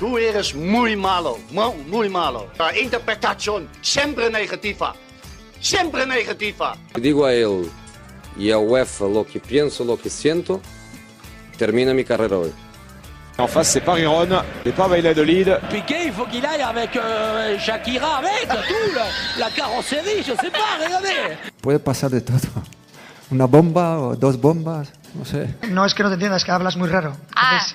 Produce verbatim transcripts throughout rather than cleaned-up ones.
Tú eres muy malo, muy, muy malo. La interpretación siempre negativa, siempre negativa. Digo a él y a UEFA lo que pienso, lo que siento, termina mi carrera hoy. En face, c'est Paris-Rhône, départ Valladolid. Piqué, il faut qu'il aille avec euh, Shakira, avec tout, la, la carrosserie, je sais pas, regardez. Puede pasar de todo. Una bomba o dos bombas, no sé. No es que no te entiendas, es que hablas muy raro. Entonces,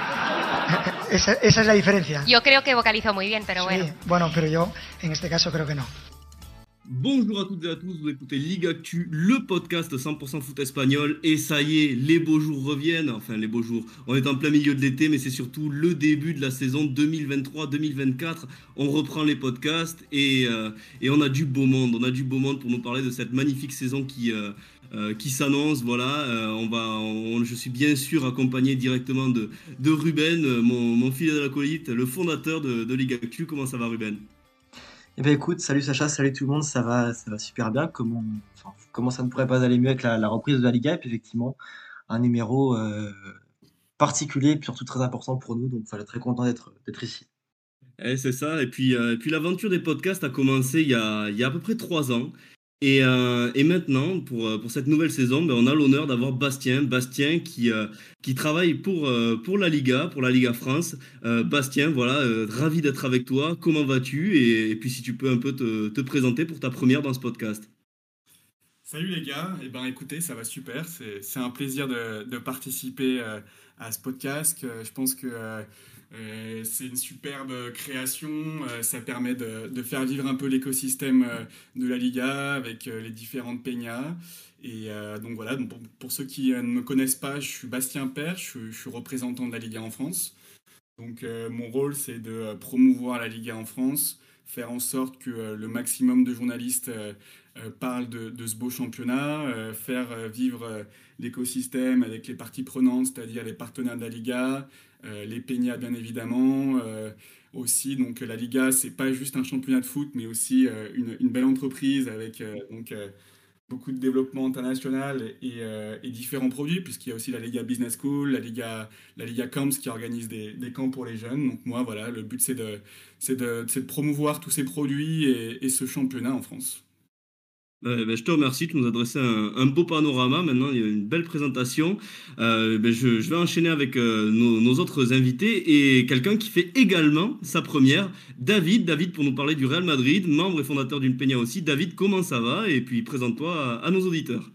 Ah. esa, esa es la diferencia. Yo creo que vocalizo muy bien, pero Sí, bueno. bueno, pero yo en este caso creo que no. Bonjour à toutes et à tous, vous écoutez Ligue Actu, le podcast cent pour cent foot espagnol, et ça y est, les beaux jours reviennent, enfin les beaux jours, on est en plein milieu de l'été, mais c'est surtout le début de la saison deux mille vingt-trois deux mille vingt-quatre, on reprend les podcasts et, euh, et on a du beau monde, on a du beau monde pour nous parler de cette magnifique saison qui, euh, euh, qui s'annonce, voilà, euh, on va, on, je suis bien sûr accompagné directement de, de Ruben, mon, mon fidèle acolyte, le fondateur de, de Ligue Actu. Comment ça va Ruben ? Eh ben écoute, salut Sacha, salut tout le monde, ça va, ça va super bien. Comment, enfin, comment ça ne pourrait pas aller mieux avec la, la reprise de la Liga, et puis effectivement un numéro euh, particulier, et puis surtout très important pour nous, donc voilà, très content d'être, d'être ici. Eh, c'est ça, et puis, euh, et puis l'aventure des podcasts a commencé il y a, il y a à peu près trois ans. Et, euh, et maintenant, pour, pour cette nouvelle saison, ben, on a l'honneur d'avoir Bastien, Bastien qui, euh, qui travaille pour, euh, pour la Liga, pour la Liga France. Euh, Bastien, voilà, euh, ravi d'être avec toi. Comment vas-tu ? et, et puis si tu peux un peu te, te présenter pour ta première dans ce podcast. Salut les gars, eh ben, écoutez, ça va super, c'est, c'est un plaisir de, de participer euh, à ce podcast. Euh, je pense que euh, euh, c'est une superbe création, euh, ça permet de, de faire vivre un peu l'écosystème euh, de la Liga avec euh, les différentes peñas. Et euh, donc voilà, donc pour, pour ceux qui euh, ne me connaissent pas, je suis Bastien Père, je, suis- je suis représentant de la Liga en France. Donc euh, mon rôle c'est de euh, promouvoir la Liga en France, faire en sorte que euh, le maximum de journalistes euh, euh, parlent de, de ce beau championnat, euh, faire euh, vivre euh, l'écosystème avec les parties prenantes, c'est-à-dire les partenaires de la Liga, euh, les peñas bien évidemment, euh, aussi donc la Liga c'est pas juste un championnat de foot mais aussi euh, une, une belle entreprise avec euh, donc euh, beaucoup de développement international et, euh, et différents produits, puisqu'il y a aussi la Liga Business School, la Liga, la Liga Camps qui organise des, des camps pour les jeunes. Donc moi, voilà, le but c'est de, c'est de, c'est de promouvoir tous ces produits et, et ce championnat en France. Euh, ben, je te remercie de nous adresser un, un beau panorama. Maintenant, il y a une belle présentation. Euh, ben, je, je vais enchaîner avec euh, nos, nos autres invités et quelqu'un qui fait également sa première, David. David, pour nous parler du Real Madrid, membre et fondateur d'une Peña aussi. David, comment ça va ? Et puis, présente-toi à, à nos auditeurs.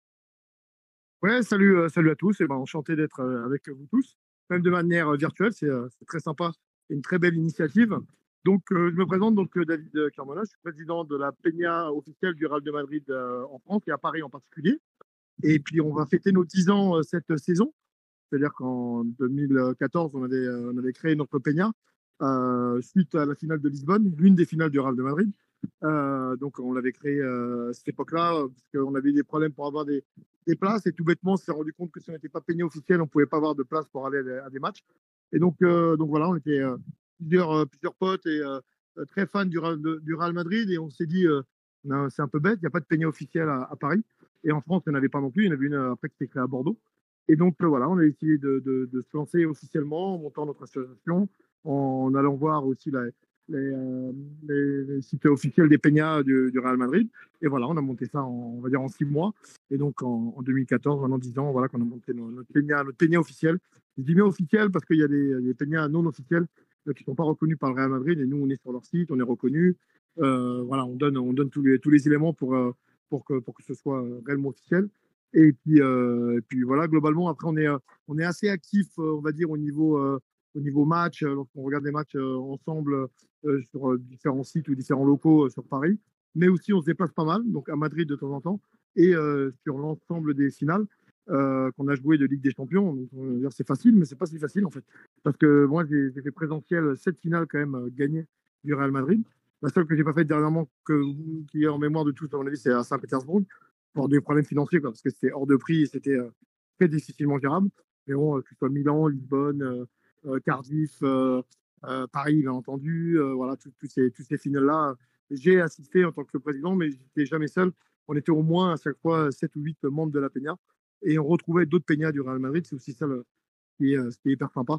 Ouais, salut, euh, salut à tous. Et ben, enchanté d'être euh, avec vous tous, même de manière euh, virtuelle. C'est euh, c'est très sympa et une très belle initiative. Donc, euh, je me présente donc euh, David euh, Carmona. Je suis président de la Peña officielle du Real de Madrid euh, en France et à Paris en particulier. Et puis, on va fêter nos dix ans euh, cette saison. C'est-à-dire qu'en deux mille quatorze, on avait, euh, on avait créé notre Peña euh, suite à la finale de Lisbonne, l'une des finales du Real de Madrid. Euh, donc, on l'avait créé euh, à cette époque-là euh, parce qu'on avait des problèmes pour avoir des, des places et tout bêtement, on s'est rendu compte que si on n'était pas Peña officiel, on ne pouvait pas avoir de place pour aller à des, à des matchs. Et donc, euh, donc voilà, on était euh, plusieurs, euh, plusieurs potes et euh, euh, très fans du, Real- de- du Real Madrid et on s'est dit, euh, non, c'est un peu bête, il n'y a pas de Peña officiel à, à Paris. Et en France, il n'y en avait pas non plus, il y en avait une euh, après qui s'est créée à Bordeaux. Et donc euh, voilà, on a décidé de, de- de se lancer officiellement en montant notre association, en allant voir aussi la- les, euh, les- les sites officiels des Peñas du, du Real Madrid. Et voilà, on a monté ça en, on va dire en six mois. Et donc en, en deux mille quatorze, maintenant dix ans, voilà qu'on a monté no- notre Peña, notre Peña officiel. Je dis bien officiel parce qu'il y a des, des Peñas non officiels euh, qui ne sont pas reconnus par le Real Madrid. Et nous, on est sur leur site, on est reconnus. Euh, voilà, on donne, on donne tous les, tous les éléments pour, euh, pour, que, pour que ce soit euh, réellement officiel. Et puis, euh, et puis voilà, globalement, après, on est, euh, on est assez actif, euh, on va dire, au niveau, euh, au niveau match, euh, lorsqu'on regarde les matchs euh, ensemble euh, sur euh, différents sites ou différents locaux euh, sur Paris. Mais aussi, on se déplace pas mal, donc à Madrid de temps en temps, et euh, sur l'ensemble des finales euh, qu'on a joué de Ligue des Champions. Donc, on va dire, c'est facile, mais c'est pas si facile en fait. Parce que moi, j'ai j'ai fait présentiel sept finales quand même euh, gagnées du Real Madrid. La seule que j'ai pas faite dernièrement, que, qui est en mémoire de tous, à mon avis, c'est à Saint-Pétersbourg, pour des problèmes financiers, quoi, parce que c'était hors de prix et c'était euh, très difficilement gérable. Mais bon, euh, que ce soit Milan, Lisbonne, euh, euh, Cardiff, euh, euh, Paris, bien entendu, euh, voilà, tous tous ces, tous ces finales-là, j'ai assisté en tant que président, mais j'étais jamais seul. On était au moins à chaque fois sept ou huit membres de la Peña et on retrouvait d'autres Peñas du Real Madrid. C'est aussi ça le- qui est, euh, ce qui est hyper sympa.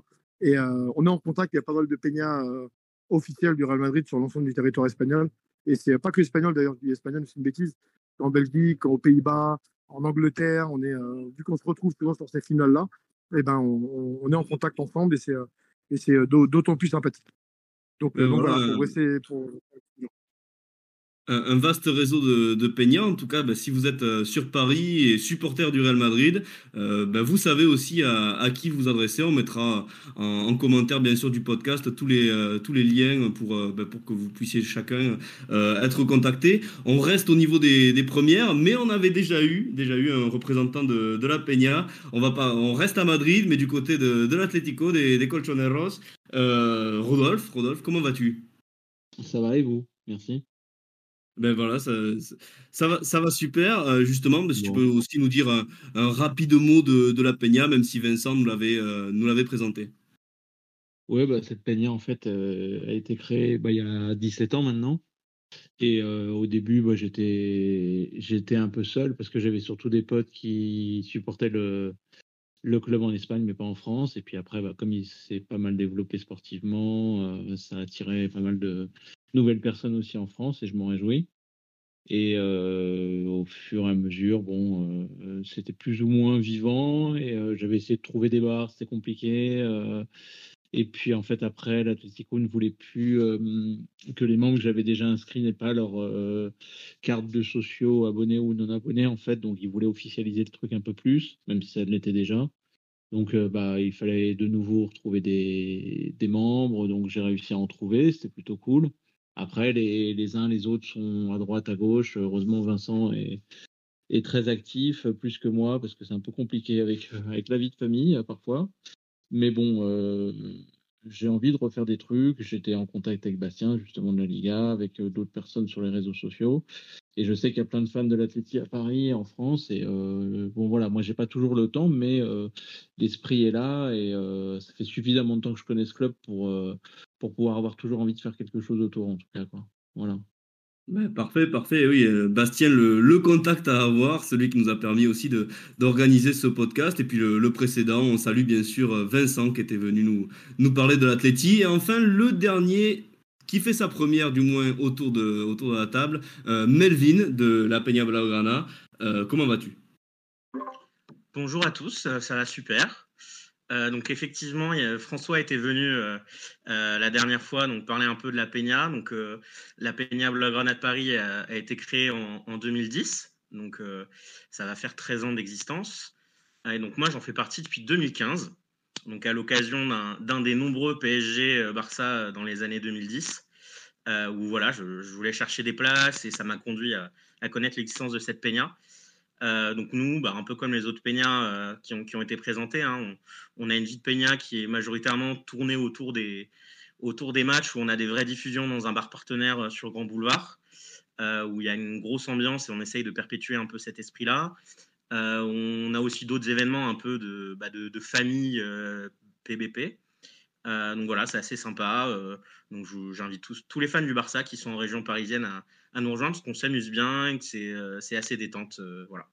Et euh, on est en contact, il y a pas mal de peñas euh, officiels du Real Madrid sur l'ensemble du territoire espagnol. Et c'est pas que espagnol d'ailleurs, je dis espagnol, c'est une bêtise. En Belgique, aux Pays-Bas, en Angleterre, on est, euh, vu qu'on se retrouve souvent sur ces finales-là, eh ben, on, on est en contact ensemble et c'est, euh, et c'est euh, d'autant plus sympathique. Donc, euh, donc voilà, voilà, euh, pour essayer, pour... un, un vaste réseau de, de peñas. En tout cas, bah, si vous êtes euh, sur Paris et supporter du Real Madrid, euh, bah, vous savez aussi à, à qui vous adresser. On mettra en, en commentaire, bien sûr, du podcast tous les, euh, tous les liens pour, euh, bah, pour que vous puissiez chacun euh, être contacté. On reste au niveau des, des premières, mais on avait déjà eu, déjà eu un représentant de, de la peña. On, va pas, on reste à Madrid, mais du côté de, de l'Atlético, des, des Colchoneros. Euh, Rodolphe, Rodolphe, comment vas-tu? Ça va et vous? Merci. Ben voilà, ça, ça, ça va, ça va super. Euh, justement, ben, si tu Bon. peux aussi nous dire un, un rapide mot de, de la Peña, même si Vincent nous l'avait euh, nous l'avait présenté. Ouais, bah, cette peña, en fait, euh, a été créée bah, il y a dix-sept ans maintenant. Et euh, au début, bah, j'étais j'étais un peu seul parce que j'avais surtout des potes qui supportaient le, le club en Espagne, mais pas en France. Et puis après, bah, comme il s'est pas mal développé sportivement, euh, ça a attiré pas mal de nouvelles personnes aussi en France et je m'en réjouis. Et euh, au fur et à mesure, bon, euh, c'était plus ou moins vivant et euh, j'avais essayé de trouver des bars, c'était compliqué. Euh, et puis en fait, après, l'Atlético ne voulait plus euh, que les membres que j'avais déjà inscrits n'aient pas leur euh, carte de sociaux, abonnés ou non abonnés, en fait. Donc ils voulaient officialiser le truc un peu plus, même si ça l'était déjà. Donc euh, bah, il fallait de nouveau retrouver des, des membres, donc j'ai réussi à en trouver, c'était plutôt cool. Après, les, les uns, les autres sont à droite, à gauche. Heureusement, Vincent est, est très actif, plus que moi, parce que c'est un peu compliqué avec, avec la vie de famille, euh, parfois. Mais bon, euh, j'ai envie de refaire des trucs. J'étais en contact avec Bastien, justement, de la Liga, avec euh, d'autres personnes sur les réseaux sociaux. Et je sais qu'il y a plein de fans de l'Atleti à Paris et en France. Et euh, bon, voilà, moi, j'ai pas toujours le temps, mais euh, l'esprit est là. Et euh, ça fait suffisamment de temps que je connais ce club pour... Euh, pour pouvoir avoir toujours envie de faire quelque chose autour, en tout cas, quoi. Voilà. Ben, parfait, parfait. Oui, euh, Bastien, le, le contact à avoir, celui qui nous a permis aussi de, d'organiser ce podcast. Et puis le, le précédent, on salue bien sûr Vincent qui était venu nous, nous parler de l'Atleti. Et enfin, le dernier qui fait sa première, du moins, autour de, autour de la table, euh, Melvin de la Peña Blaugrana. Euh, comment vas-tu? Bonjour à tous, euh, ça va super. Euh, donc effectivement, il y a, François était venu euh, euh, la dernière fois donc parler un peu de la Peña. Donc euh, la Peña Blaugrana de Paris a, a été créée en, en deux mille dix, donc euh, ça va faire treize ans d'existence. Et donc moi, j'en fais partie depuis deux mille quinze, donc à l'occasion d'un, d'un des nombreux P S G Barça dans les années deux mille dix, euh, où voilà, je, je voulais chercher des places et ça m'a conduit à, à connaître l'existence de cette Peña. Euh, donc nous, bah, un peu comme les autres peñas euh, qui, ont, qui ont été présentés, hein, on, on a une vie de peña qui est majoritairement tournée autour des, autour des matchs où on a des vraies diffusions dans un bar partenaire sur Grand Boulevard, euh, où il y a une grosse ambiance et on essaye de perpétuer un peu cet esprit-là. Euh, on a aussi d'autres événements un peu de, bah, de, de famille euh, P B P. Euh, donc voilà, c'est assez sympa. Euh, donc je, j'invite tous, tous les fans du Barça qui sont en région parisienne à, à nous rejoindre parce qu'on s'amuse bien et que c'est, euh, c'est assez détente. Euh, voilà.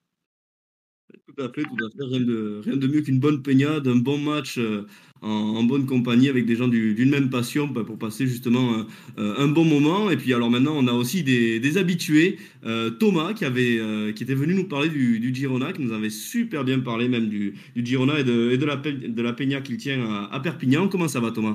Tout à fait, tout à fait. Rien de, rien de mieux qu'une bonne peña, d'un bon match euh, en, en bonne compagnie avec des gens du, d'une même passion bah, pour passer justement un, un bon moment. Et puis alors maintenant, on a aussi des, des habitués. Euh, Thomas qui, avait, euh, qui était venu nous parler du, du Girona, qui nous avait super bien parlé même du, du Girona et de, et de, la, de la peña qu'il tient à, à Perpignan. Comment ça va, Thomas?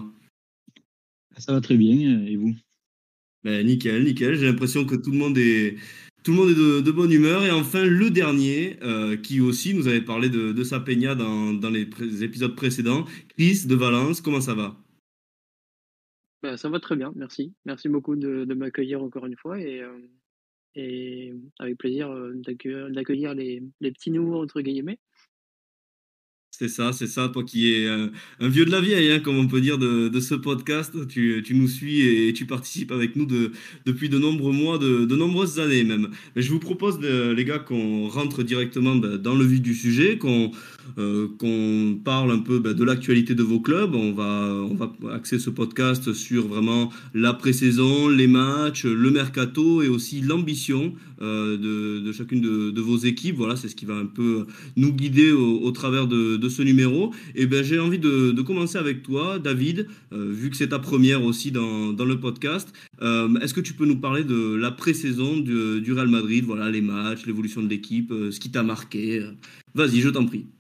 Ça va très bien, et vous? Ben, nickel, nickel. J'ai l'impression que tout le monde est... Tout le monde est de, de bonne humeur. Et enfin, le dernier, euh, qui aussi nous avait parlé de, de sa peña dans, dans les, pré- les épisodes précédents, Chris de Valence, comment ça va? Bah, ça va très bien, merci. Merci beaucoup de, de m'accueillir encore une fois et, euh, et avec plaisir euh, d'accueillir, d'accueillir les, les petits nouveaux, entre guillemets. C'est ça, c'est ça, toi qui es euh, un vieux de la vieille, hein, comme on peut dire, de, de ce podcast. Tu, tu nous suis et tu participes avec nous de, depuis de nombreux mois, de, de nombreuses années même. Mais je vous propose, de, les gars, qu'on rentre directement bah, dans le vif du sujet, qu'on, euh, qu'on parle un peu bah, de l'actualité de vos clubs. On va, on va axer ce podcast sur vraiment la pré-saison, les matchs, le mercato et aussi l'ambition euh, de, de chacune de, de vos équipes. Voilà, c'est ce qui va un peu nous guider au, au travers de, de ce numéro. Et ben, j'ai envie de, de commencer avec toi, David, euh, vu que c'est ta première aussi dans, dans le podcast. Euh, est-ce que tu peux nous parler de la pré-saison du, du Real Madrid, voilà, les matchs, l'évolution de l'équipe, euh, ce qui t'a marqué. Vas-y, je t'en prie.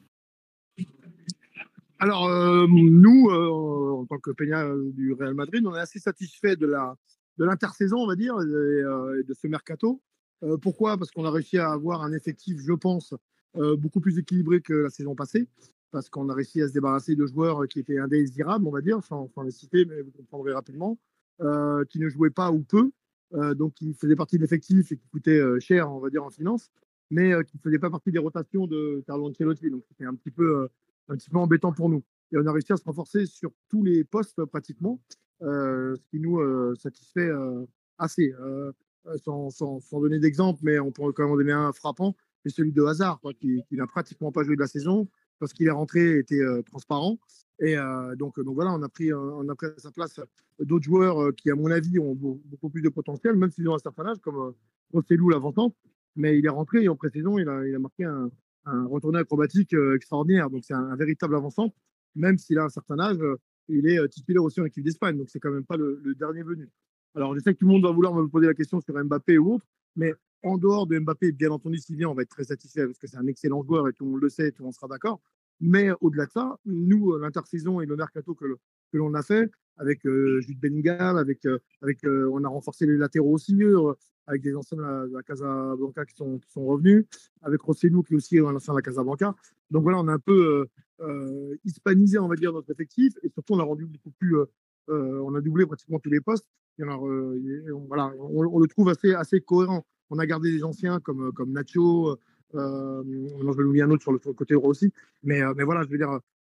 Alors, euh, nous, euh, en tant que Peña du Real Madrid, on est assez satisfait de la de l'intersaison, on va dire, et, euh, et de ce mercato. Euh, pourquoi? Parce qu'on a réussi à avoir un effectif, je pense, euh, beaucoup plus équilibré que la saison passée, parce qu'on a réussi à se débarrasser de joueurs qui étaient indésirables, on va dire, sans, sans les citer, mais vous comprendrez rapidement, euh, qui ne jouaient pas ou peu, euh, donc qui faisaient partie de l'effectif et qui coûtaient euh, cher, on va dire, en finance, mais euh, qui ne faisaient pas partie des rotations de Carlo Ancelotti. Donc c'était un petit peu, euh, un petit peu embêtant pour nous. Et on a réussi à se renforcer sur tous les postes pratiquement, euh, ce qui nous euh, satisfait euh, assez. Euh, sans, sans, sans donner d'exemple, mais on peut quand même en donner un frappant, c'est celui de Hazard, quoi, qui, qui n'a pratiquement pas joué de la saison, parce qu'il est rentré, était euh, transparent. Et euh, donc, donc voilà, on a pris, on a pris à sa place d'autres joueurs euh, qui, à mon avis, ont beaucoup plus de potentiel, même s'ils ont un certain âge, comme euh, Rossellou l'avant-centre. Mais il est rentré et en pré-saison, il a, il a marqué un, un retourné acrobatique euh, extraordinaire. Donc c'est un, un véritable avant-centre, même s'il a un certain âge, euh, il est euh, titulaire aussi en équipe d'Espagne. Donc c'est quand même pas le, le dernier venu. Alors je sais que tout le monde va vouloir me poser la question sur Mbappé ou autre, mais en dehors de Mbappé, bien entendu, s'il vient, on va être très satisfait parce que c'est un excellent joueur et tout le monde le sait, tout le monde sera d'accord. Mais au-delà de ça, nous, l'intersaison et le mercato que, le, que l'on a fait, avec euh, Jude Bellingham, avec, euh, avec, euh, on a renforcé les latéraux aussi, euh, avec des anciens de la, de la Casablanca qui sont, qui sont revenus, avec Rossellou qui est aussi un ancien de la Casablanca. Donc voilà, on a un peu euh, euh, hispanisé, on va dire, notre effectif, et surtout on a rendu beaucoup plus, euh, euh, on a doublé pratiquement tous les postes. Et alors, euh, et on, voilà, on, on le trouve assez, assez cohérent. On a gardé des anciens comme, comme Nacho, euh, je vais oublier un autre sur le, sur le côté droit aussi, mais, euh, mais voilà, je veux dire,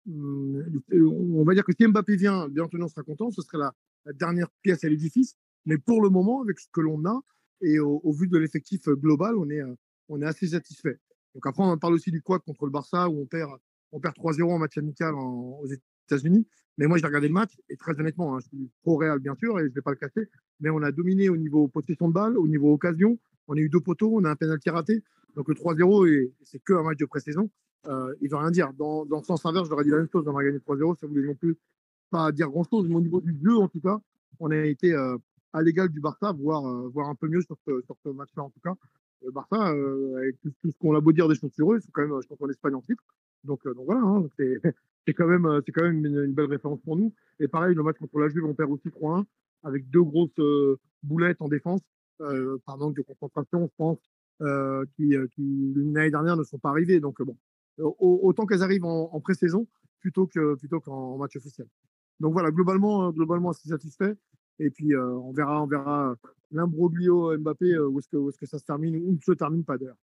euh, on va dire que si Mbappé vient, bien entendu, on sera content, ce serait la, la dernière pièce à l'édifice, mais pour le moment, avec ce que l'on a, et au, au vu de l'effectif global, on est, euh, on est assez satisfait. Donc après, on parle aussi du quad contre le Barça, où on perd, on perd trois zéro en match amical en, aux États-Unis. Mais moi, j'ai regardé le match, et très honnêtement, hein, je suis pro-Real, bien sûr, et je ne vais pas le cacher, mais on a dominé au niveau possession de balle, au niveau occasion. On a eu deux poteaux, on a un pénalty raté. Donc le trois zéro, c'est que un match de pré-saison. Euh, il ne veut rien dire. Dans, dans le sens inverse, j'aurais dit la même chose, on a gagné trois zéro, ça ne voulait non plus pas dire grand-chose. Mais au niveau du jeu, en tout cas, on a été euh, à l'égal du Barça, voire, euh, voire un peu mieux sur ce, sur ce match-là, en tout cas. Le Barça, euh, avec tout, tout ce qu'on a beau dire des choses sur eux, c'est quand même, je pense, en Espagne en titre. Donc, euh, donc voilà, hein, c'est, c'est quand même, c'est quand même une, une belle référence pour nous. Et pareil, le match contre la Juve, on perd aussi trois un, avec deux grosses euh, boulettes en défense, euh, par manque de concentration, je pense, euh, qui, qui l'année dernière ne sont pas arrivées. Donc bon, autant qu'elles arrivent en, en pré-saison plutôt que plutôt qu'en match officiel. Donc voilà, globalement, globalement assez satisfait. Et puis euh, on verra, on verra l'imbroglio Mbappé où est-ce que où est-ce que ça se termine ou ne se termine pas d'ailleurs.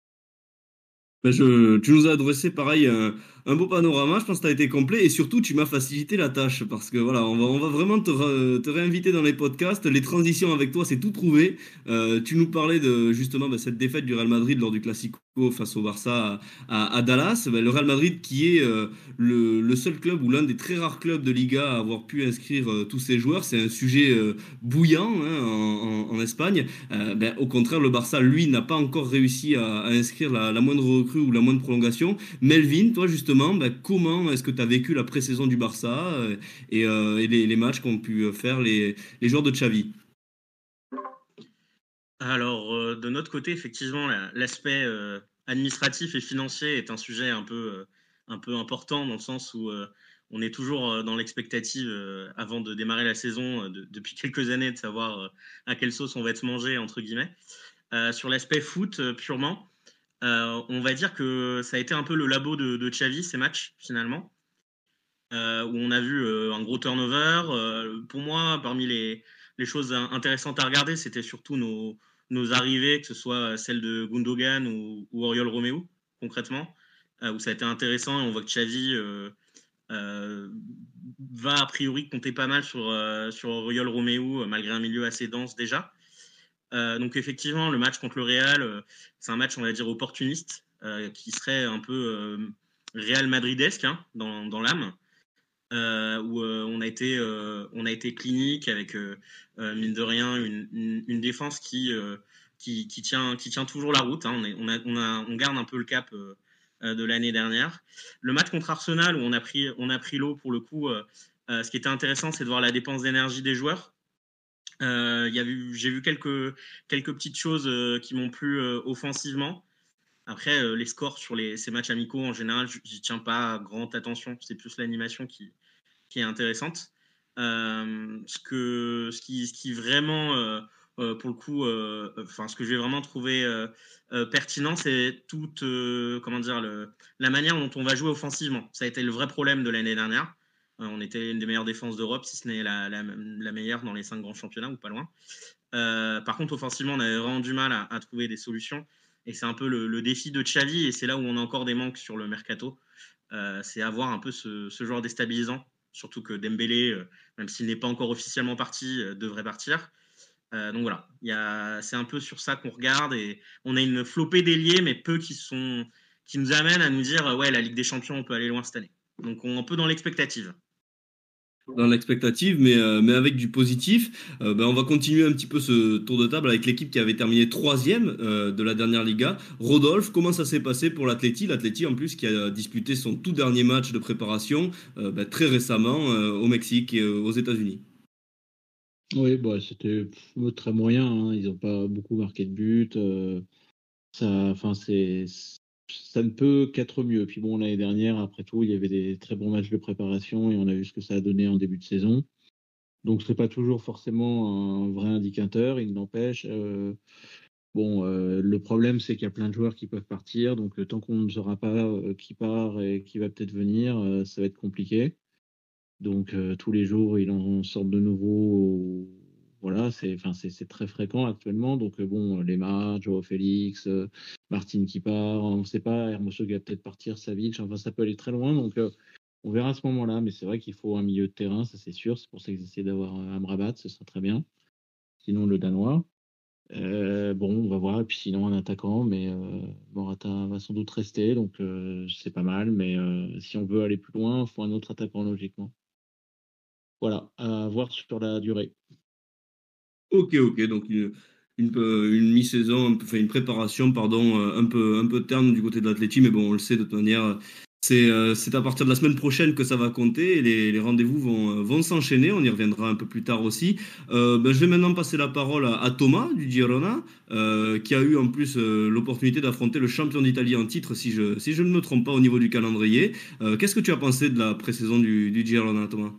Ben je, tu nous as adressé pareil un, un beau panorama, je pense que tu as été complet et surtout tu m'as facilité la tâche parce que voilà, on va, on va vraiment te, re, te réinviter dans les podcasts, les transitions avec toi c'est tout trouvé. Euh, tu nous parlais de justement ben, cette défaite du Real Madrid lors du Classico face au Barça à, à, à Dallas. Ben, le Real Madrid qui est euh, le, le seul club ou l'un des très rares clubs de Liga à avoir pu inscrire euh, tous ses joueurs, c'est un sujet euh, bouillant hein, en, en, en Espagne. Euh, ben, au contraire, le Barça lui n'a pas encore réussi à, à inscrire la, la moindre recrue ou la moindre prolongation. Melvin, toi justement, bah, comment est-ce que tu as vécu la pré-saison du Barça euh, et, euh, et les, les matchs qu'ont pu faire les, les joueurs de Xavi? Alors, euh, de notre côté, effectivement, la, l'aspect euh, administratif et financier est un sujet un peu, euh, un peu important dans le sens où euh, on est toujours dans l'expectative euh, avant de démarrer la saison euh, de, depuis quelques années de savoir euh, à quelle sauce on va être mangé, entre guillemets. Euh, sur l'aspect foot, euh, purement, Euh, on va dire que ça a été un peu le labo de, de Xavi, ces matchs, finalement, euh, où on a vu euh, un gros turnover. Euh, pour moi, parmi les, les choses intéressantes à regarder, c'était surtout nos, nos arrivées, que ce soit celle de Gundogan ou, ou Oriol Romeu, concrètement, euh, où ça a été intéressant. Et on voit que Xavi euh, euh, va a priori compter pas mal sur, euh, sur Oriol Romeu, malgré un milieu assez dense déjà. Euh, donc effectivement, le match contre le Real, euh, c'est un match, on va dire, opportuniste, euh, qui serait un peu euh, Real Madridesque hein, dans, dans l'âme, euh, où euh, on, a été, euh, on a été clinique avec, euh, euh, mine de rien, une, une, une défense qui, euh, qui, qui, tient, qui tient toujours la route. Hein. On, est, on, a, on, a, on garde un peu le cap euh, euh, de l'année dernière. Le match contre Arsenal, où on a pris, on a pris l'eau pour le coup, euh, euh, ce qui était intéressant, c'est de voir la dépense d'énergie des joueurs. Euh, y a eu, j'ai vu quelques, quelques petites choses euh, qui m'ont plu euh, offensivement. Après, euh, les scores sur les, ces matchs amicaux, en général, j'y tiens pas grande attention. C'est plus l'animation qui, qui est intéressante. Euh, ce, que, ce, qui, ce qui vraiment, euh, euh, pour le coup, euh, enfin, ce que j'ai vraiment trouvé euh, euh, pertinent, c'est toute, euh, comment dire, le, la manière dont on va jouer offensivement. Ça a été le vrai problème de l'année dernière. Euh, on était une des meilleures défenses d'Europe, si ce n'est la, la, la meilleure dans les cinq grands championnats, ou pas loin. Euh, par contre, offensivement, on avait vraiment du mal à, à trouver des solutions. Et c'est un peu le, le défi de Xavi, et c'est là où on a encore des manques sur le mercato. Euh, c'est avoir un peu ce, ce joueur déstabilisant, surtout que Dembélé, euh, même s'il n'est pas encore officiellement parti, euh, devrait partir. Euh, donc voilà, y a, c'est un peu sur ça qu'on regarde, et on a une flopée d'ailiers, mais peu qui, sont, qui nous amènent à nous dire euh, ouais, la Ligue des Champions, on peut aller loin cette année. Donc on est un peu dans l'expectative. Dans l'expectative, mais, euh, mais avec du positif. Euh, ben, on va continuer un petit peu ce tour de table avec l'équipe qui avait terminé troisième euh, de la dernière Liga. Rodolphe, comment ça s'est passé pour l'Atleti? L'Atleti, en plus, qui a disputé son tout dernier match de préparation euh, ben, très récemment euh, au Mexique et euh, aux États-Unis. Oui, bah, c'était pff, très moyen. Hein. Ils n'ont pas beaucoup marqué de but. Euh, ça, enfin, c'est, ça ne peut qu'être mieux. Puis bon, l'année dernière, après tout, il y avait des très bons matchs de préparation et on a vu ce que ça a donné en début de saison. Donc, c'est pas toujours forcément un vrai indicateur. Il n'empêche. Euh, bon, euh, le problème, c'est qu'il y a plein de joueurs qui peuvent partir. Donc, le temps qu'on ne saura pas euh, qui part et qui va peut-être venir, euh, ça va être compliqué. Donc, euh, tous les jours, il en sort de nouveau. Voilà, c'est, enfin, c'est, c'est très fréquent actuellement. Donc, euh, bon, les matchs, Joao Félix, euh, Martin qui part, on ne sait pas, Hermoso qui va peut-être partir, Savic, enfin, ça peut aller très loin. Donc, euh, on verra à ce moment-là. Mais c'est vrai qu'il faut un milieu de terrain, ça c'est sûr. C'est pour ça qu'ils essaient d'avoir Amrabat, ce sera très bien. Sinon, le Danois. Euh, bon, on va voir. Et puis, sinon, un attaquant. Mais euh, Morata va sans doute rester. Donc, euh, c'est pas mal. Mais euh, si on veut aller plus loin, il faut un autre attaquant, logiquement. Voilà, à voir sur la durée. Ok, ok, donc une, une, une mi-saison, enfin une préparation, pardon, un peu, un peu terne du côté de l'Atleti, mais bon, on le sait de toute manière, c'est, c'est à partir de la semaine prochaine que ça va compter et les, les rendez-vous vont, vont s'enchaîner, on y reviendra un peu plus tard aussi. Euh, ben, je vais maintenant passer la parole à, à Thomas du Girona, euh, qui a eu en plus euh, l'opportunité d'affronter le champion d'Italie en titre, si je, si je ne me trompe pas au niveau du calendrier. Euh, qu'est-ce que tu as pensé de la pré-saison du, du Girona, Thomas?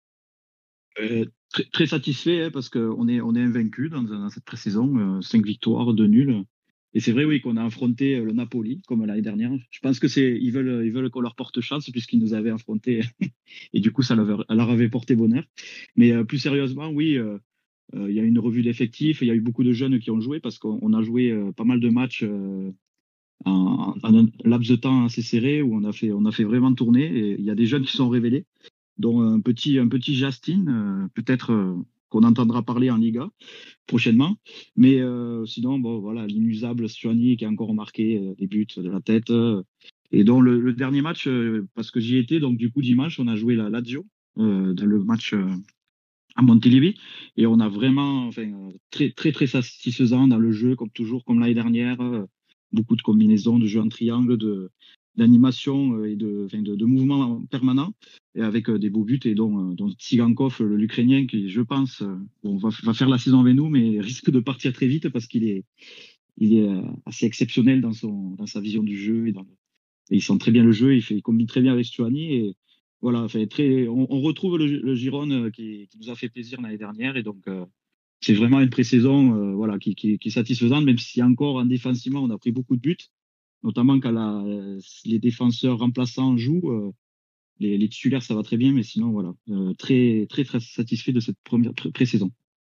Euh, très, très satisfait hein, parce qu'on est, on est invaincu dans, dans cette pré-saison, euh, cinq victoires, deux nuls. Et c'est vrai oui qu'on a affronté le Napoli comme l'année dernière. Je pense que c'est ils veulent ils veulent qu'on leur porte chance puisqu'ils nous avaient affronté et du coup ça leur, leur avait porté bonheur. Mais euh, plus sérieusement oui, euh, euh, il y a une revue d'effectifs, il y a eu beaucoup de jeunes qui ont joué parce qu'on a joué euh, pas mal de matchs euh, en, en un laps de temps assez serré où on a fait on a fait vraiment tourner et il y a des jeunes qui sont révélés. Dont un petit, un petit Justin, euh, peut-être euh, qu'on entendra parler en Liga prochainement. Mais euh, sinon, bon, voilà, l'inusable Stuani qui a encore marqué euh, des buts de la tête. Euh, et donc le, le dernier match, euh, parce que j'y étais, donc du coup dimanche, on a joué la Lazio euh, dans le match euh, à Montilivi. Et on a vraiment, enfin, euh, très, très, très satisfaisant dans le jeu, comme toujours, comme l'année dernière. Euh, beaucoup de combinaisons, de jeux en triangle, de d'animation et de, enfin de, de mouvements permanents et avec des beaux buts et dont, dont Tsigankov, l'Ukrainien, qui je pense bon, va, va faire la saison avec nous mais risque de partir très vite parce qu'il est, il est assez exceptionnel dans, son, dans sa vision du jeu et, dans, et il sent très bien le jeu, il, fait, il combine très bien avec Stuani et voilà, enfin, très, on, on retrouve le, le Girone qui, qui nous a fait plaisir l'année dernière et donc euh, c'est vraiment une pré-saison euh, voilà, qui, qui, qui est satisfaisante même si encore en défensivement on a pris beaucoup de buts. Notamment quand la, les défenseurs remplaçants jouent, euh, les, les titulaires ça va très bien, mais sinon voilà, euh, très très très satisfait de cette première pré-saison.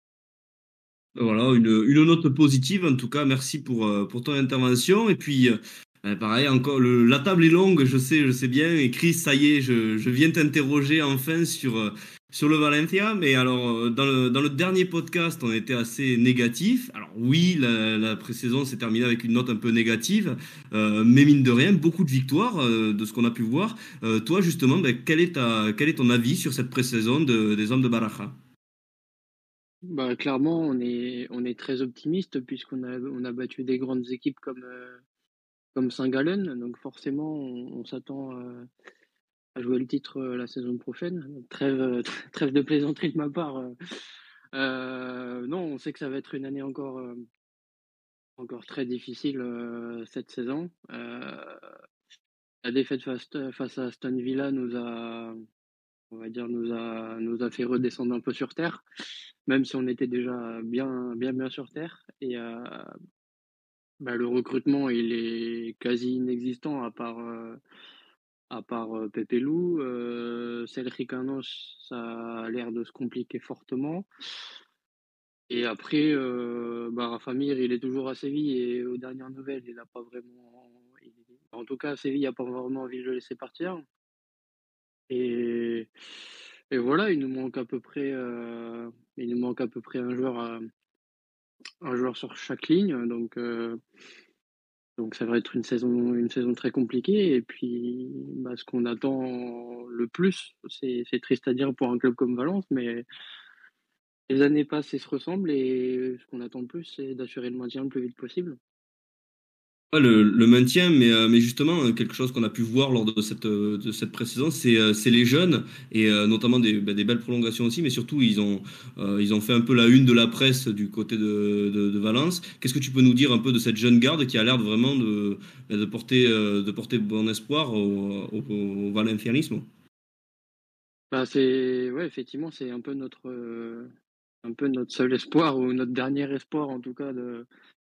Voilà, une, une note positive en tout cas. Merci pour pour ton intervention et puis. Euh, pareil, encore le, la table est longue, je sais, je sais bien. Et Chris, ça y est, je, je viens t'interroger enfin sur sur le Valencia. Mais alors, dans le dans le dernier podcast, on était assez négatif. Alors oui, la, la pré-saison s'est terminée avec une note un peu négative, euh, mais mine de rien, beaucoup de victoires euh, de ce qu'on a pu voir. Euh, toi, justement, ben, quel est ta quel est ton avis sur cette pré-saison de, des hommes de Baraja? Bah, clairement, on est, on est très optimiste puisqu'on a, on a battu des grandes équipes comme, euh, comme Saint-Gallen. Donc forcément, on, on s'attend à, à jouer le titre euh, la saison prochaine. Trêve, euh, trêve de plaisanterie de ma part. euh. Euh, non, on sait que ça va être une année encore, euh, encore très difficile euh, cette saison. Euh, la défaite face, face à Aston Villa nous a, on va dire, nous a, nous a fait redescendre un peu sur terre, même si on était déjà bien, bien, bien sur terre. Et euh, bah, le recrutement, il est quasi inexistant à part, euh, à part euh, Pepe Lou. Euh, Celricanos, ça a l'air de se compliquer fortement. Et après, euh, bah, Rafa Mir, il est toujours à Séville et aux dernières nouvelles, il n'a pas vraiment. il- En tout cas, à Séville, il n'a pas vraiment envie de le laisser partir. Et, et voilà, il nous manque à peu près, euh, il nous manque à peu près un joueur, à- un joueur sur chaque ligne. Donc, euh, donc ça va être une saison, une saison très compliquée. Et puis, bah, ce qu'on attend le plus, c'est, c'est triste à dire pour un club comme Valence, mais les années passent et se ressemblent. Et ce qu'on attend le plus, c'est d'assurer le maintien le plus vite possible. Ouais, le, le maintien, mais, euh, mais justement, euh, quelque chose qu'on a pu voir lors de cette, euh, de cette pré-saison, c'est euh, c'est les jeunes, et euh, notamment des, bah, des belles prolongations aussi, mais surtout, ils ont, euh, ils ont fait un peu la une de la presse du côté de, de, de Valence. Qu'est-ce que tu peux nous dire un peu de cette jeune garde qui a l'air de vraiment de, de, porter, euh, de porter bon espoir au, au, au valencianisme? Bah, c'est, ouais, effectivement, c'est un peu notre, euh, un peu notre seul espoir ou notre dernier espoir, en tout cas, de,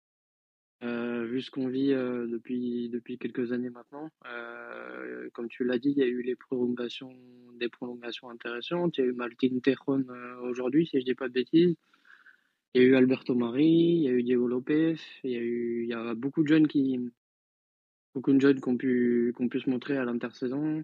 euh, vu ce qu'on vit euh, depuis, depuis quelques années maintenant. Euh, comme tu l'as dit, il y a eu les prolongations, des prolongations intéressantes. Il y a eu Martin Tejon euh, aujourd'hui, si je dis pas de bêtises. Il y a eu Alberto Mari, il y a eu Diego Lopez, il y a eu, il y a beaucoup de jeunes qui, beaucoup de jeunes qui ont pu, qui ont pu se montrer à l'intersaison.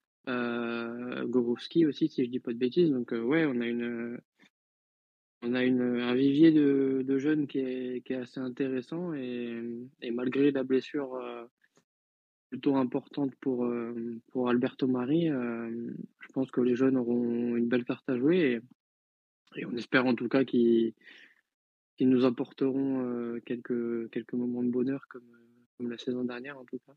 Euh, Gorowski aussi, si je dis pas de bêtises. Donc, euh, ouais, on a une, on a une, un vivier de, de jeunes qui est, qui est assez intéressant et, et malgré la blessure euh, plutôt importante pour, euh, pour Alberto Mari, euh, je pense que les jeunes auront une belle carte à jouer et, et on espère en tout cas qu'ils, qu'ils nous apporteront euh, quelques, quelques moments de bonheur comme, comme la saison dernière en tout cas.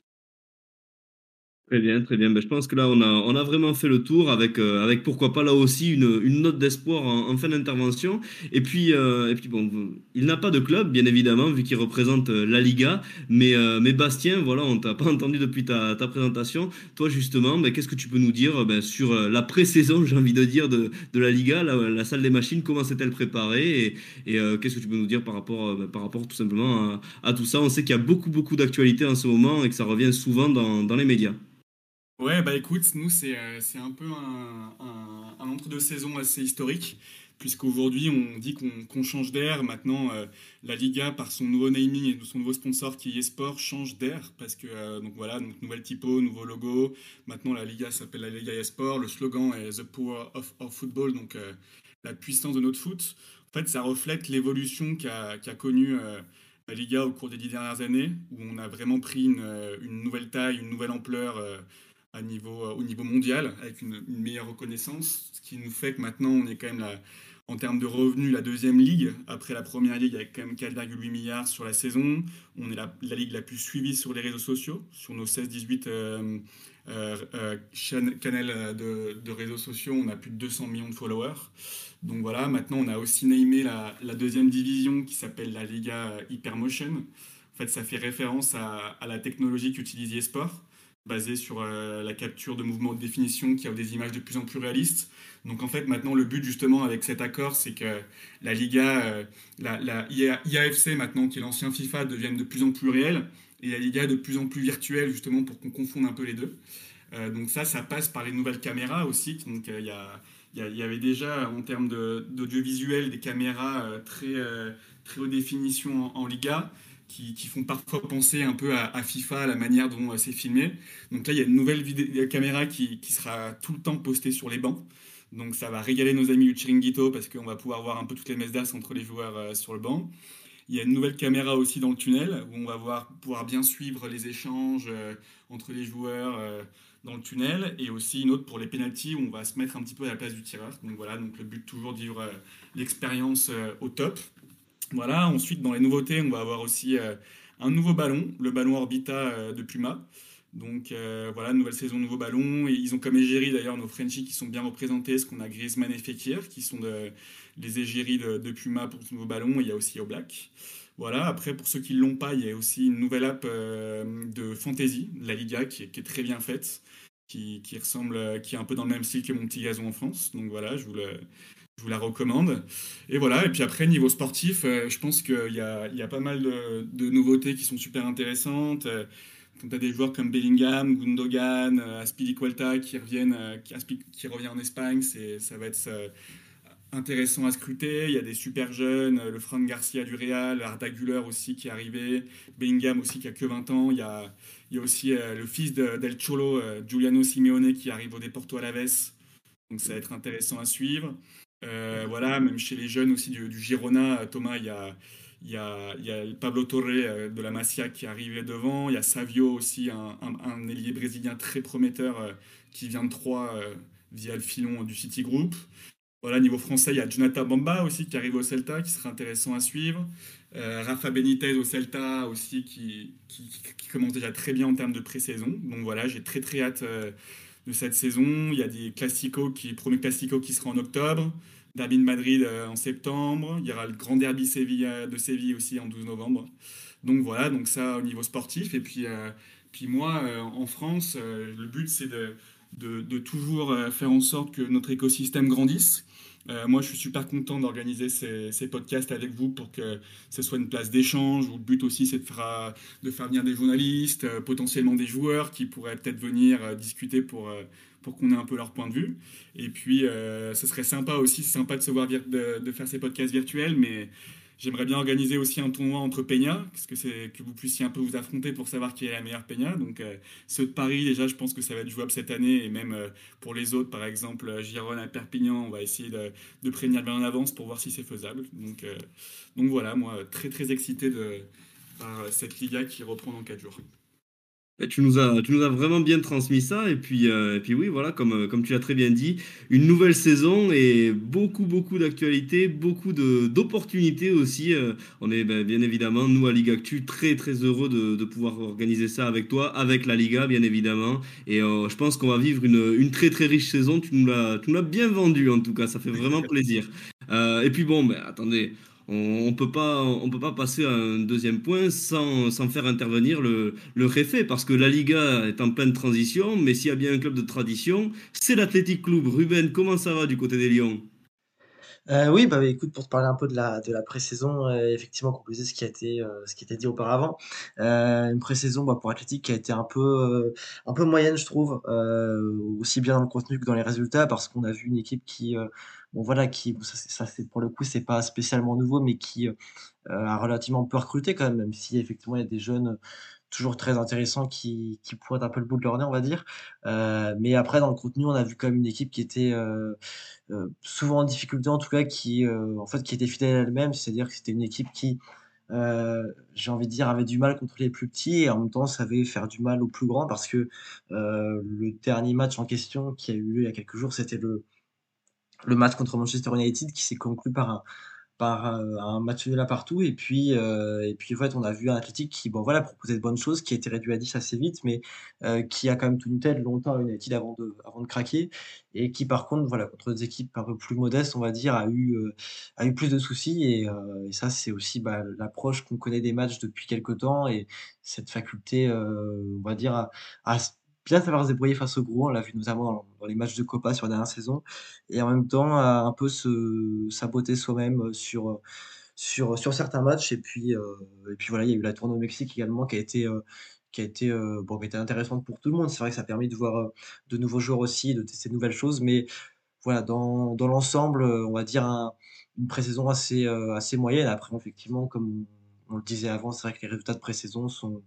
Très bien, très bien. Ben, je pense que là, on a, on a vraiment fait le tour avec, euh, avec pourquoi pas là aussi une, une note d'espoir en, en fin d'intervention. Et puis, euh, et puis bon, il n'a pas de club, bien évidemment, vu qu'il représente euh, la Liga. Mais, euh, mais Bastien, voilà, on t'a pas entendu depuis ta, ta présentation. Toi, justement, ben, qu'est-ce que tu peux nous dire ben, sur euh, la pré-saison, j'ai envie de dire, de, de la Liga, la, la salle des machines, comment s'est-elle préparée et, et euh, qu'est-ce que tu peux nous dire par rapport, euh, ben, par rapport tout simplement à, à tout ça? On sait qu'il y a beaucoup, beaucoup d'actualités en ce moment et que ça revient souvent dans, dans les médias. Ouais, bah écoute, nous, c'est euh, c'est un peu un, un, un entre-deux-saisons assez historique, puisqu'aujourd'hui, on dit qu'on qu'on change d'air. Maintenant, euh, la Liga, par son nouveau naming et son nouveau sponsor qui est eSport, change d'air, parce que, euh, donc voilà, donc nouvelle typo, nouveau logo. Maintenant, la Liga s'appelle la Liga eSport. Le slogan est The Power of Our Football, donc euh, la puissance de notre foot. En fait, ça reflète l'évolution qu'a qu'a connue euh, la Liga au cours des dix dernières années, où on a vraiment pris une, euh, une nouvelle taille, une nouvelle ampleur euh, à niveau, euh, au niveau mondial, avec une, une meilleure reconnaissance, ce qui nous fait que maintenant on est quand même la, en termes de revenus la deuxième ligue, après la première ligue avec quand même quatre virgule huit milliards sur la saison. On est la, la ligue la plus suivie sur les réseaux sociaux, sur nos seize dix-huit euh, euh, euh, chaînes, canaux de, de réseaux sociaux, on a plus de deux cents millions de followers. Donc voilà, maintenant on a aussi namé la, la deuxième division qui s'appelle la Liga Hypermotion. En fait, ça fait référence à, à la technologie qu'utilise eSport, basée sur euh, la capture de mouvements de définition qui offrent des images de plus en plus réalistes. Donc en fait, maintenant, le but justement avec cet accord, c'est que la Liga, euh, la, la I A F C maintenant, qui est l'ancien FIFA, devienne de plus en plus réelle, et la Liga de plus en plus virtuelle, justement, pour qu'on confonde un peu les deux. Euh, donc ça, ça passe par les nouvelles caméras aussi. Donc il euh, y, a, y, a, y avait déjà, en termes de, d'audiovisuel, des caméras euh, très, euh, très haute définition en, en Liga, Qui, qui font parfois penser un peu à, à FIFA, à la manière dont euh, c'est filmé. Donc là, il y a une nouvelle vidéo, caméra qui, qui sera tout le temps postée sur les bancs. Donc ça va régaler nos amis du Chiringuito parce qu'on va pouvoir voir un peu toutes les messes d'as entre les joueurs euh, sur le banc. Il y a une nouvelle caméra aussi dans le tunnel où on va voir, pouvoir bien suivre les échanges euh, entre les joueurs euh, dans le tunnel, et aussi une autre pour les pénaltys où on va se mettre un petit peu à la place du tireur. Donc voilà, donc le but toujours de vivre euh, l'expérience euh, au top. Voilà, ensuite dans les nouveautés, on va avoir aussi euh, un nouveau ballon, le ballon Orbita euh, de Puma. Donc euh, voilà, nouvelle saison, nouveau ballon. Et ils ont comme égérie d'ailleurs nos Frenchies qui sont bien représentés, parce qu'on a Griezmann et Fekir qui sont de, les égéries de, de Puma pour ce nouveau ballon. Et il y a aussi Oblak. Voilà, après pour ceux qui ne l'ont pas, il y a aussi une nouvelle app euh, de Fantasy, de la Liga, qui est, qui est très bien faite, qui, qui ressemble, euh, qui est un peu dans le même style que mon petit gazon en France. Donc voilà, je vous, le, je vous la recommande. Et voilà, et puis après, niveau sportif, euh, je pense qu'il y a, il y a pas mal de, de nouveautés qui sont super intéressantes. Euh, Quand tu as des joueurs comme Bellingham, Gundogan, euh, Azpilicueta qui reviennent, euh, qui, Aspi- qui revient en Espagne, c'est, ça va être euh, intéressant à scruter. Il y a des super jeunes, euh, le Fran Garcia du Real, Arda Güler aussi qui est arrivé, Bellingham aussi qui a que vingt ans. Il y a, il y a aussi euh, le fils de, d'El Cholo, euh, Giuliano Simeone, qui arrive au Deporto Alavés. Donc ça va être intéressant à suivre. Euh, voilà, même chez les jeunes aussi du, du Girona, euh, Thomas, il y a, il y a, il y a Pablo Torre euh, de la Masia qui est arrivé devant. Il y a Savio aussi, un, un, un ailier brésilien très prometteur euh, qui vient de Troyes euh, via le filon du City Group. Voilà, niveau français, il y a Jonathan Bamba aussi qui arrive au Celta, qui sera intéressant à suivre. Euh, Rafa Benitez au Celta aussi, qui, qui, qui commence déjà très bien en termes de pré-saison. Donc voilà, j'ai très très hâte euh, de cette saison. Il y a des classicos, qui, premier classico qui sera en octobre, Derby de Madrid euh, en septembre. Il y aura le grand derby Séville, de Séville aussi en douze novembre. Donc voilà, donc ça au niveau sportif. Et puis, euh, puis moi, euh, en France, euh, le but c'est de, de, de toujours euh, faire en sorte que notre écosystème grandisse. Euh, moi, je suis super content d'organiser ces, ces podcasts avec vous pour que ce soit une place d'échange, où le but aussi, c'est de faire, de faire venir des journalistes, euh, potentiellement des joueurs qui pourraient peut-être venir euh, discuter pour, euh, pour qu'on ait un peu leur point de vue. Et puis, euh, ce serait sympa aussi, c'est sympa de se voir, vir- de, de faire ces podcasts virtuels, mais j'aimerais bien organiser aussi un tournoi entre Peña, parce que c'est que vous puissiez un peu vous affronter pour savoir qui est la meilleure Peña. Donc euh, ceux de Paris, déjà, je pense que ça va être jouable cette année, et même euh, pour les autres, par exemple euh, Girone à Perpignan, on va essayer de, de prévenir bien en avance pour voir si c'est faisable. Donc, euh, donc voilà, moi, très très excité de, par euh, cette Liga qui reprend dans quatre jours. Et tu nous as, tu nous as vraiment bien transmis ça. Et puis, euh, et puis oui, voilà, comme, euh, comme tu l'as très bien dit, une nouvelle saison et beaucoup, beaucoup d'actualités, beaucoup de, d'opportunités aussi. Euh, on est ben, bien évidemment, nous à Ligue Actu, très, très heureux de, de pouvoir organiser ça avec toi, avec la Liga, bien évidemment. Et euh, je pense qu'on va vivre une, une très, très riche saison. Tu nous l'as, tu nous l'as bien vendu, en tout cas. Ça fait vraiment plaisir. Euh, et puis bon, ben, attendez. On ne peut pas, on peut pas passer à un deuxième point sans, sans faire intervenir le, le Réfé, parce que la Liga est en pleine transition, mais s'il y a bien un club de tradition, c'est l'Athletic Club. Ruben, comment ça va du côté des Lions? Euh, oui, bah écoute, pour te parler un peu de la, de la pré-saison, euh, effectivement, concluser ce qui a été, euh, ce qui a été dit auparavant. Euh, une pré-saison bah, pour Athletic qui a été un peu, euh, un peu moyenne, je trouve, euh, aussi bien dans le contenu que dans les résultats, parce qu'on a vu une équipe qui, euh, bon voilà, qui, bon, ça, c'est, ça, c'est pour le coup, c'est pas spécialement nouveau, mais qui euh, a relativement peu recruté quand même, même si effectivement il y a des jeunes toujours très intéressants qui, qui pointent un peu le bout de leur nez, on va dire. Euh, mais après, dans le contenu, on a vu quand même une équipe qui était euh, euh, souvent en difficulté, en tout cas, qui, euh, en fait, qui était fidèle à elle-même. C'est-à-dire que c'était une équipe qui, euh, j'ai envie de dire, avait du mal contre les plus petits et en même temps savait faire du mal aux plus grands parce que euh, le dernier match en question qui a eu lieu il y a quelques jours, c'était le, le match contre Manchester United qui s'est conclu par un, par euh, un match nul à partout. Et puis, euh, et puis en fait, on a vu un Athletic qui bon, voilà, proposait de bonnes choses, qui a été réduit à dix assez vite, mais euh, qui a quand même tenu tête longtemps à United avant de, avant de craquer. Et qui, par contre, voilà, contre des équipes un peu plus modestes, on va dire, a eu, euh, a eu plus de soucis. Et, euh, et ça, c'est aussi bah, l'approche qu'on connaît des matchs depuis quelques temps et cette faculté, euh, on va dire, à, à bien savoir se débrouiller face au gros. On l'a vu notamment dans, dans les matchs de Copa sur la dernière saison et en même temps à un peu se saboter soi-même sur, sur, sur certains matchs. Et puis, euh, et puis voilà, il y a eu la tournée au Mexique également qui a été, euh, qui a été, euh, bon, qui a été intéressante pour tout le monde. C'est vrai que ça a permis de voir euh, de nouveaux joueurs aussi, de tester de nouvelles choses. Mais voilà, dans, dans l'ensemble, euh, on va dire un- une pré-saison assez, euh, assez moyenne. Après, effectivement, comme on le disait avant, c'est vrai que les résultats de pré-saison sont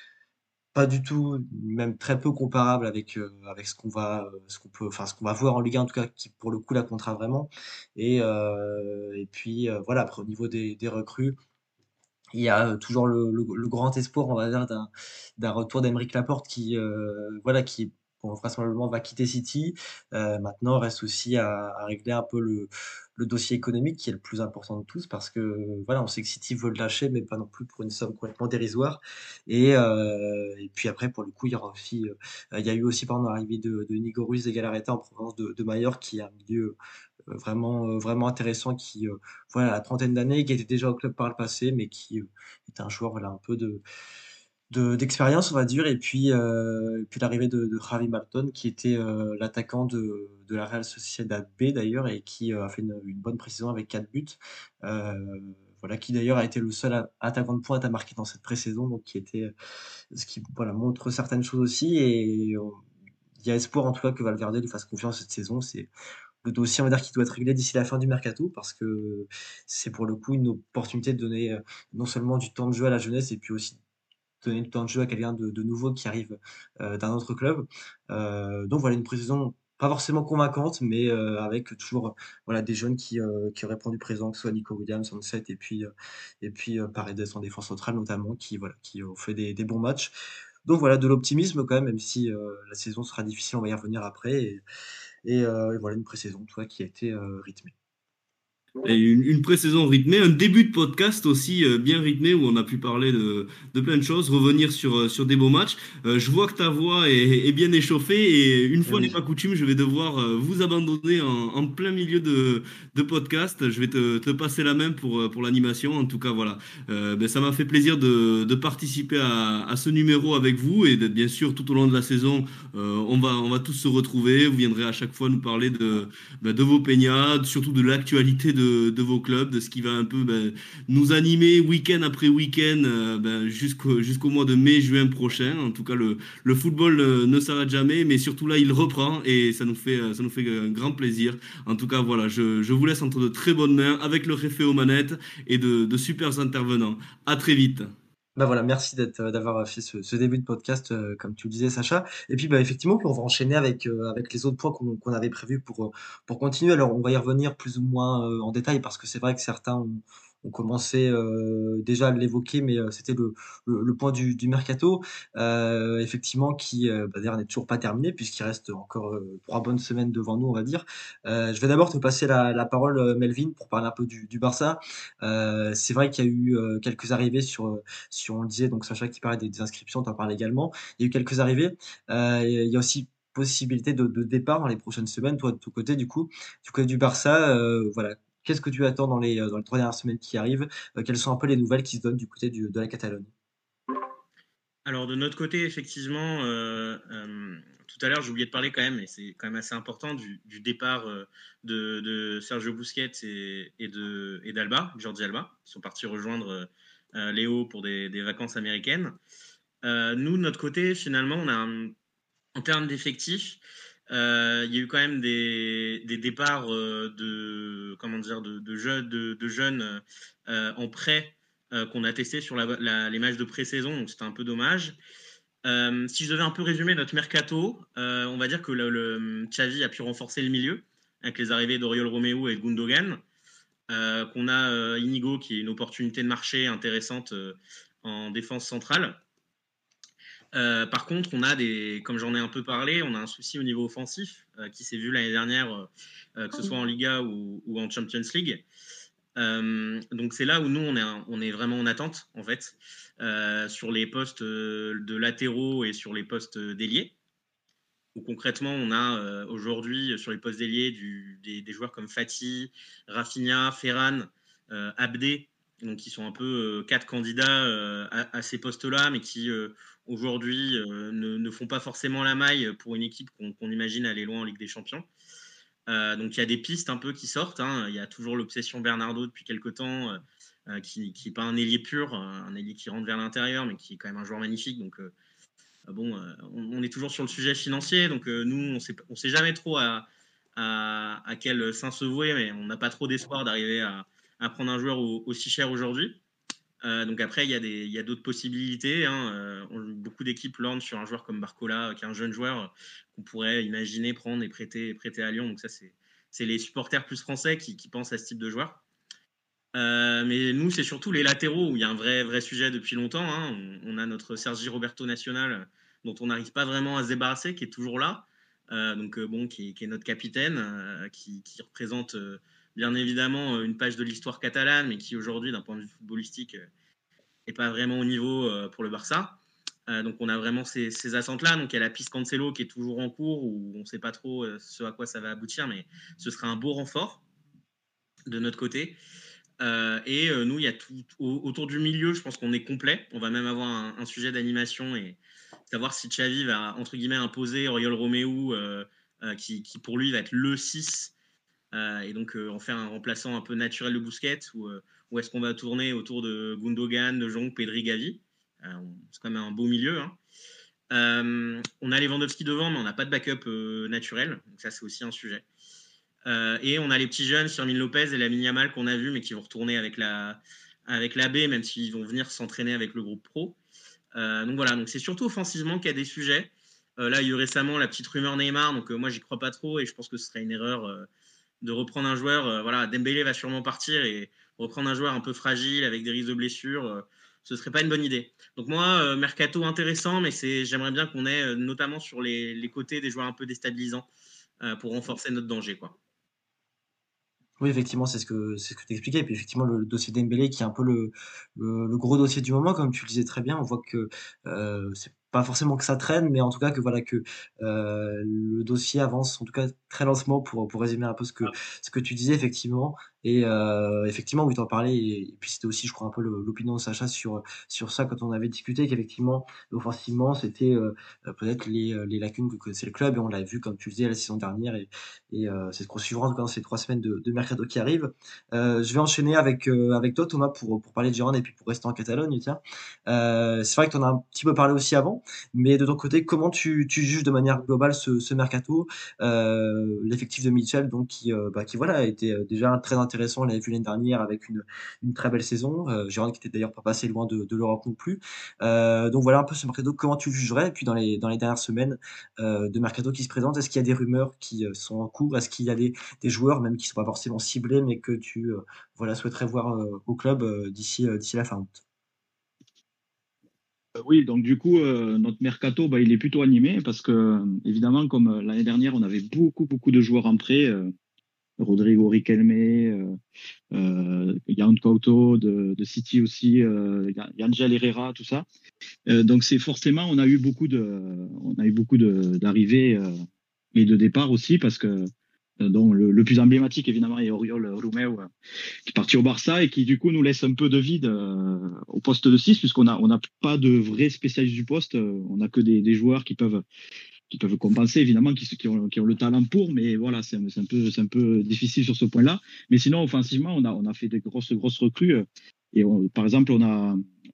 pas du tout, même très peu comparable avec, heu, avec ce qu'on va, heu, ce qu'on peut enfin ce qu'on va voir en Ligue un en tout cas qui pour le coup la comptera vraiment et heu et puis, heu, voilà après au niveau des des recrues, Il y a toujours le, le- le grand espoir, on va dire, d'un d'un retour d'Aymeric Laporte qui, euh, voilà, qui bon, vraisemblablement va quitter City. Euh, maintenant, il reste aussi à, à régler un peu le, le dossier économique qui est le plus important de tous parce que voilà, on sait que City veut le lâcher, mais pas non plus pour une somme complètement dérisoire. Et, euh, et puis après, pour le coup, il y aura aussi, euh, il y a eu aussi par exemple l'arrivée de, de Nico Ruiz et Galarreta en provenance de, de Majorque, qui est un milieu euh, vraiment, euh, vraiment intéressant, qui euh, voilà, a la trentaine d'années, qui était déjà au club par le passé, mais qui euh, est un joueur voilà, un peu de, de- d'expérience, on va dire. Et puis, euh, et puis l'arrivée de, de Javi Marton, qui était euh, l'attaquant de, de la Real Sociedad B d'ailleurs, et qui euh, a fait une, une bonne précision avec quatre buts. Euh, voilà, qui d'ailleurs a été le seul a- attaquant de pointe à marquer dans cette pré-saison, donc qui était, ce qui voilà, montre certaines choses aussi. Et euh, il y a espoir en tout cas que Valverde lui fasse confiance cette saison. C'est le dossier, on va dire, qui doit être réglé d'ici la fin du mercato, parce que c'est pour le coup une opportunité de donner euh, non seulement du temps de jeu à la jeunesse, et puis aussi donner du temps de jeu à quelqu'un de, de nouveau qui arrive euh, d'un autre club. Euh, donc voilà, une pré-saison pas forcément convaincante, mais euh, avec toujours voilà, des jeunes qui, euh, qui auraient du présent, que ce soit Nico Williams, Sunset, et puis, euh, et puis euh, Paredes en défense centrale notamment, qui, voilà, qui ont fait des, des bons matchs. Donc voilà, de l'optimisme quand même, même si euh, la saison sera difficile, on va y revenir après. Et, et, euh, et voilà, une pré-saison toi, qui a été euh, rythmée. Et une, une pré-saison rythmée, un début de podcast aussi euh, bien rythmé où on a pu parler de, de plein de choses, revenir sur, euh, sur des beaux matchs. Euh, je vois que ta voix est, est bien échauffée et une fois Oui. n'est pas coutume, je vais devoir euh, vous abandonner en, en plein milieu de, de podcast. Je vais te, te passer la main pour, euh, pour l'animation. En tout cas, voilà. Euh, ben, ça m'a fait plaisir de, de participer à, à ce numéro avec vous et d'être bien sûr tout au long de la saison. Euh, on va, on va tous se retrouver. Vous viendrez à chaque fois nous parler de, ben, de vos peignades, surtout de l'actualité de de vos clubs, de ce qui va un peu ben, nous animer week-end après week-end euh, ben, jusqu'au jusqu'au mois de mai, juin prochain. En tout cas, le, le football euh, ne s'arrête jamais, mais surtout là, il reprend et ça nous fait, ça nous fait un grand plaisir. En tout cas, voilà, je, je vous laisse entre de très bonnes mains avec le réfé aux manettes et de, de super intervenants. À très vite. Bah voilà, merci d'être, euh, d'avoir fait ce, ce début de podcast, euh, comme tu le disais, Sacha. Et puis, bah, effectivement, puis on va enchaîner avec, euh, avec les autres points qu'on qu'on avait prévus pour, euh, pour continuer. Alors, on va y revenir plus ou moins euh, en détail parce que c'est vrai que certains ont, ont commencé euh, déjà à l'évoquer, mais euh, c'était le, le, le point du, du mercato, euh, effectivement, qui euh, bah, d'ailleurs n'est toujours pas terminé puisqu'il reste encore euh, trois bonnes semaines devant nous, on va dire. Euh, je vais d'abord te passer la, la parole, euh, Melvin, pour parler un peu du, du Barça. Euh, c'est vrai qu'il y a eu euh, quelques arrivées sur si on le disait, donc Sacha qui parlait des, des inscriptions, tu en parles également. Il y a eu quelques arrivées. Euh, il y a aussi possibilité de, de départ dans les prochaines semaines. Toi, de ton côté, du coup, du côté du Barça, euh, voilà. Qu'est-ce que tu attends dans les, dans les trois dernières semaines qui arrivent? Euh, Quelles sont un peu les nouvelles qui se donnent du côté du, de la Catalogne? Alors de notre côté, effectivement, euh, euh, tout à l'heure, j'ai oublié de parler quand même, et c'est quand même assez important, du, du départ euh, de, de Sergio Busquets et, et de et d'Alba, Jordi Alba, qui sont partis rejoindre euh, Léo pour des, des vacances américaines. Euh, nous, de notre côté, finalement, on a un- en termes d'effectifs, euh, il y a eu quand même des, des départs euh, de comment dire de, de jeunes de, de jeunes euh, en prêt euh, qu'on a testé sur la, la- les matchs de pré-saison, donc c'était un peu dommage. Euh, si je devais un peu résumer notre mercato, euh, on va dire que le, le Xavi a pu renforcer le milieu avec les arrivées d'Oriol Romeu et de Gundogan, euh, qu'on a euh, Inigo qui est une opportunité de marché intéressante euh, en défense centrale. Euh, par contre, on a des, comme j'en ai un peu parlé, on a un souci au niveau offensif euh, qui s'est vu l'année dernière, euh, que ce soit en Liga ou, ou en Champions League. Euh, donc c'est là où nous on est, on est vraiment en attente en fait euh, sur les postes de latéraux et sur les postes d'ailiers. Où concrètement on a euh, aujourd'hui sur les postes d'ailiers du, des, des joueurs comme Fati, Rafinha, Ferran, euh, Abdé, donc qui sont un peu euh, quatre candidats euh, à, à ces postes-là, mais qui euh, aujourd'hui euh, ne, ne font pas forcément la maille pour une équipe qu'on qu'on imagine aller loin en Ligue des Champions. Euh, donc il y a des pistes un peu qui sortent. Hein. Il y a toujours l'obsession Bernardo depuis quelques temps, euh, euh, qui n'est pas un ailier pur, un ailier qui rentre vers l'intérieur, mais qui est quand même un joueur magnifique. Donc euh, bon, euh, on, on est toujours sur le sujet financier. Donc euh, nous, on ne sait jamais trop à, à, à quel sein se vouer, mais on n'a pas trop d'espoir d'arriver à, à prendre un joueur au, aussi cher aujourd'hui. Euh, donc après, il y a des, il y a d'autres possibilités. Hein. Euh, on, beaucoup d'équipes lornent sur un joueur comme Barcola, qui est un jeune joueur euh, qu'on pourrait imaginer prendre et prêter, prêter à Lyon. Donc ça, c'est, c'est les supporters plus français qui, qui pensent à ce type de joueur. Euh, mais nous, c'est surtout les latéraux où il y a un vrai, vrai sujet depuis longtemps. Hein. On, on a notre Sergi Roberto Nacional dont on n'arrive pas vraiment à se débarrasser, qui est toujours là, euh, donc euh, bon, qui, qui est notre capitaine, euh, qui, qui représente euh, bien évidemment une page de l'histoire catalane, mais qui aujourd'hui, d'un point de vue footballistique, n'est pas vraiment au niveau euh, pour le Barça. Euh, donc on a vraiment ces, ces attentes-là. Donc il y a la piste Cancelo qui est toujours en cours, où on ne sait pas trop euh, ce à quoi ça va aboutir, mais ce sera un beau renfort de notre côté. Euh, et euh, nous, il y a tout au, autour du milieu, je pense qu'on est complet. On va même avoir un, un sujet d'animation et savoir si Xavi va, entre guillemets, imposer Oriol Romeu, euh, euh, qui, qui pour lui va être le six, euh, et donc euh, en faire un remplaçant un peu naturel de Busquets, ou, euh, ou est-ce qu'on va tourner autour de Gundogan, de Jong, Pedri, Gavi. euh, C'est quand même un beau milieu. Hein. Euh, on a Lewandowski devant, mais on n'a pas de backup euh, naturel. Donc ça, c'est aussi un sujet. Euh, et on a les petits jeunes, Firmin Lopez et Lamine Yamal qu'on a vu, mais qui vont retourner avec la, avec la B, même s'ils vont venir s'entraîner avec le groupe pro. Euh, donc voilà, donc c'est surtout offensivement qu'il y a des sujets. Euh, là, il y a eu récemment la petite rumeur Neymar, donc euh, moi, j'y crois pas trop et je pense que ce serait une erreur euh, de reprendre un joueur. Euh, voilà, Dembélé va sûrement partir et reprendre un joueur un peu fragile avec des risques de blessure, euh, ce serait pas une bonne idée. Donc moi, euh, mercato intéressant, mais c'est, j'aimerais bien qu'on ait euh, notamment sur les, les côtés des joueurs un peu déstabilisants euh, pour renforcer notre danger, quoi. Oui, effectivement, c'est ce que c'est ce que tu expliquais. Et puis effectivement, le, le dossier Dembélé qui est un peu le, le, le gros dossier du moment, comme tu le disais très bien. On voit que euh, c'est pas forcément que ça traîne, mais en tout cas que voilà que euh, le dossier avance en tout cas très lentement pour, pour résumer un peu ce que ce que tu disais effectivement. Et euh, effectivement, oui, t'en parlais. Et, et puis c'était aussi, je crois, un peu le- l'opinion de Sacha sur sur ça quand on avait discuté qu'effectivement, offensivement, c'était euh, peut-être les, les lacunes que connaissait le club et on l'a vu comme tu le disais la saison dernière et, et euh, c'est ce qu'on suivra en tout cas dans ces trois semaines de, de mercato qui arrivent. Euh, je vais enchaîner avec euh, avec toi Thomas pour pour parler de Girona et puis pour rester en Catalogne. Tiens, euh, c'est vrai que tu en as un petit peu parlé aussi avant, mais de ton côté, comment tu, tu juges de manière globale ce, ce mercato, euh, l'effectif de Mitchell, donc qui, euh, bah, qui voilà, a été euh, déjà très intéressant. On l'avait vu l'année dernière avec une, une très belle saison. Euh, Girona qui était d'ailleurs pas passé loin de, de l'Europe non plus. Euh, donc voilà un peu ce mercato. Comment tu le jugerais? Et puis dans les dans les dernières semaines euh, de mercato qui se présentent, est-ce qu'il y a des rumeurs qui euh, sont en cours? Est-ce qu'il y a des, des joueurs même qui sont pas forcément ciblés, mais que tu euh, voilà souhaiterais voir euh, au club euh, d'ici euh, d'ici la fin août? Euh, Oui, donc du coup, euh, notre mercato, bah, il est plutôt animé parce que, euh, évidemment, comme euh, l'année dernière, on avait beaucoup, beaucoup de joueurs en prêt. euh, Rodrigo Riquelme, euh, euh, Yann Couto de, de City aussi, euh, Yangel Herrera, tout ça. Euh, donc c'est forcément, on a eu beaucoup de, on a eu beaucoup de, d'arrivées euh, et de départs aussi parce que euh, donc le, le plus emblématique évidemment est Oriol Romeu euh, qui est parti au Barça et qui du coup nous laisse un peu de vide euh, au poste de six puisqu'on a on n'a pas de vrais spécialistes du poste, euh, on a que des, des joueurs qui peuvent qui peuvent compenser évidemment qui, qui, ont, qui ont le talent pour, mais voilà c'est un, c'est un peu c'est un peu difficile sur ce point-là. Mais sinon offensivement on a on a fait des grosses grosses recrues euh, et on, par exemple on a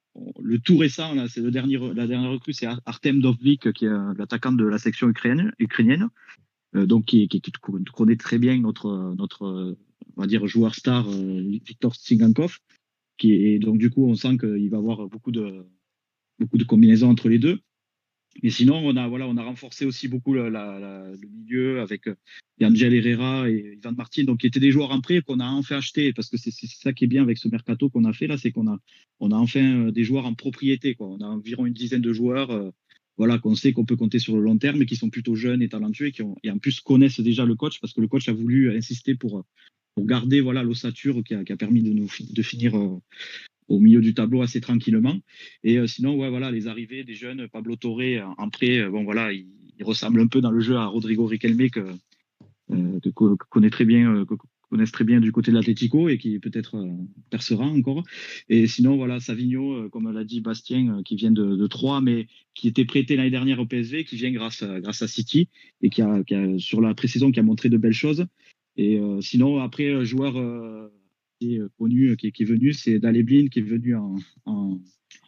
le tout récent là c'est le dernier la dernière recrue c'est Artem Dovbyk qui est l'attaquant de la section ukrainienne ukrainienne euh, donc qui, qui, qui connaît très bien notre notre on va dire joueur star euh, Viktor Tsingankov qui est donc du coup on sent qu'il va avoir beaucoup de beaucoup de combinaisons entre les deux. Mais sinon, on a voilà, on a renforcé aussi beaucoup la, la, la, le milieu avec Yangel Herrera et Ivan Martin, donc qui étaient des joueurs en prêt qu'on a enfin achetés parce que c'est, c'est ça qui est bien avec ce mercato qu'on a fait là, c'est qu'on a on a enfin des joueurs en propriété, quoi. On a environ une dizaine de joueurs, euh, voilà, qu'on sait qu'on peut compter sur le long terme, mais qui sont plutôt jeunes et talentueux et qui ont, et en plus connaissent déjà le coach parce que le coach a voulu insister pour pour garder voilà l'ossature qui a, qui a permis de nous de finir euh, au milieu du tableau assez tranquillement. Et euh, sinon, ouais, voilà, les arrivées des jeunes, Pablo Torre en prêt, euh, bon voilà, il, il ressemble un peu dans le jeu à Rodrigo Riquelme que, euh, que, que connaît très bien, euh, que connaissent très bien du côté de l'Atlético et qui peut-être euh, percera encore. Et sinon, voilà, Savigno, euh, comme l'a dit Bastien, euh, qui vient de, de Troyes, mais qui était prêté l'année dernière au P S V, qui vient grâce à, grâce à City et qui a, qui a sur la pré-saison qui a montré de belles choses. Et euh, sinon, après, joueur euh, qui est connu, qui est, qui est venu, c'est Daleblin qui est venu en, en,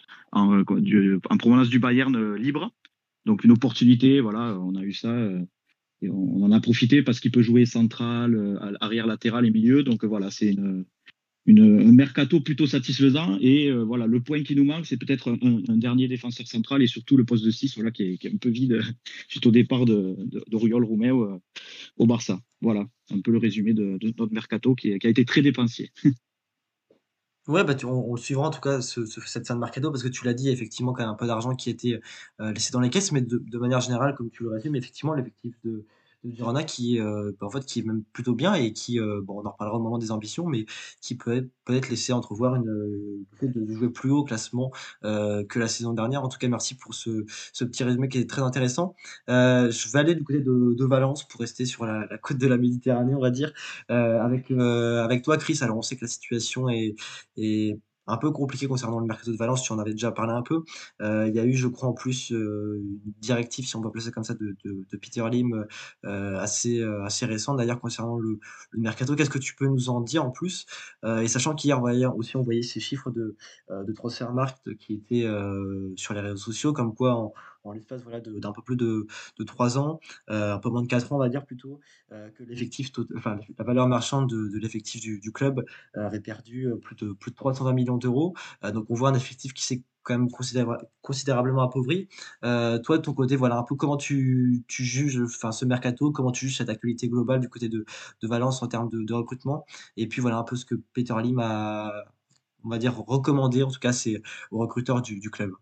en, en provenance du Bayern libre. Donc une opportunité, voilà, on a eu ça euh, et on, on en a profité parce qu'il peut jouer central, euh, arrière latéral et milieu. Donc voilà, c'est une, une, un mercato plutôt satisfaisant. Et euh, voilà, le point qui nous manque, c'est peut-être un, un dernier défenseur central et surtout le poste de six, voilà, qui est, qui est un peu vide suite au départ de, de, de Oriol Romeu euh, au Barça. Voilà, un peu le résumé de, de notre mercato qui, est, qui a été très dépensier. Ouais, bah, tu on on le suivra en tout cas ce ce cette fin de mercato parce que tu l'as dit effectivement quand même un peu d'argent qui était, heu, laissé dans les caisses, mais de de manière générale comme tu le résumes effectivement l'effectif de de Girona qui est, heu, bah, en fait qui est même plutôt bien et qui, heu, bon on en reparlera au moment des ambitions, mais qui peut être peut-être laisser entrevoir une, heu, le fait de jouer plus haut au classement, heu, que la saison dernière. En tout cas merci pour ce ce petit résumé qui est très intéressant. Heu, je vais aller du côté de de Valence pour rester sur la la côte de la Méditerranée on va dire, heu, avec, heu, avec toi Chris. Alors on sait que la situation est est un peu compliquée concernant le mercato de Valence, tu en avais déjà parlé un peu. Heu, il y a eu je crois en plus, heu, une directive si on peut appeler ça comme ça de de de Peter Lim, heu, assez, heu, assez récente d'ailleurs concernant le le mercato. Qu'est-ce que tu peux nous en dire en plus? Heu, et sachant qu'hier on voyait aussi on voyait ces chiffres de, heu, de Transfermarkt qui étaient, heu, sur les réseaux sociaux comme quoi en en l'espace voilà de d'un peu plus de de trois ans, heu, un peu moins de quatre ans on va dire plutôt, heu, que l'effectif tot enfin la valeur marchande de de l'effectif du du club, heu, avait perdu, heu, plus de plus de trois cent vingt millions d'euros. Heu, donc on voit un effectif qui s'est quand même considéra considérablement appauvri. Heu, toi de ton côté, voilà un peu comment tu tu juges, enfin ce mercato? Comment tu juges cette actualité globale du côté de de Valence en termes de de recrutement? Et puis voilà un peu ce que Peter Lim a, on va dire recommandé en tout cas c'est aux recruteurs du du club.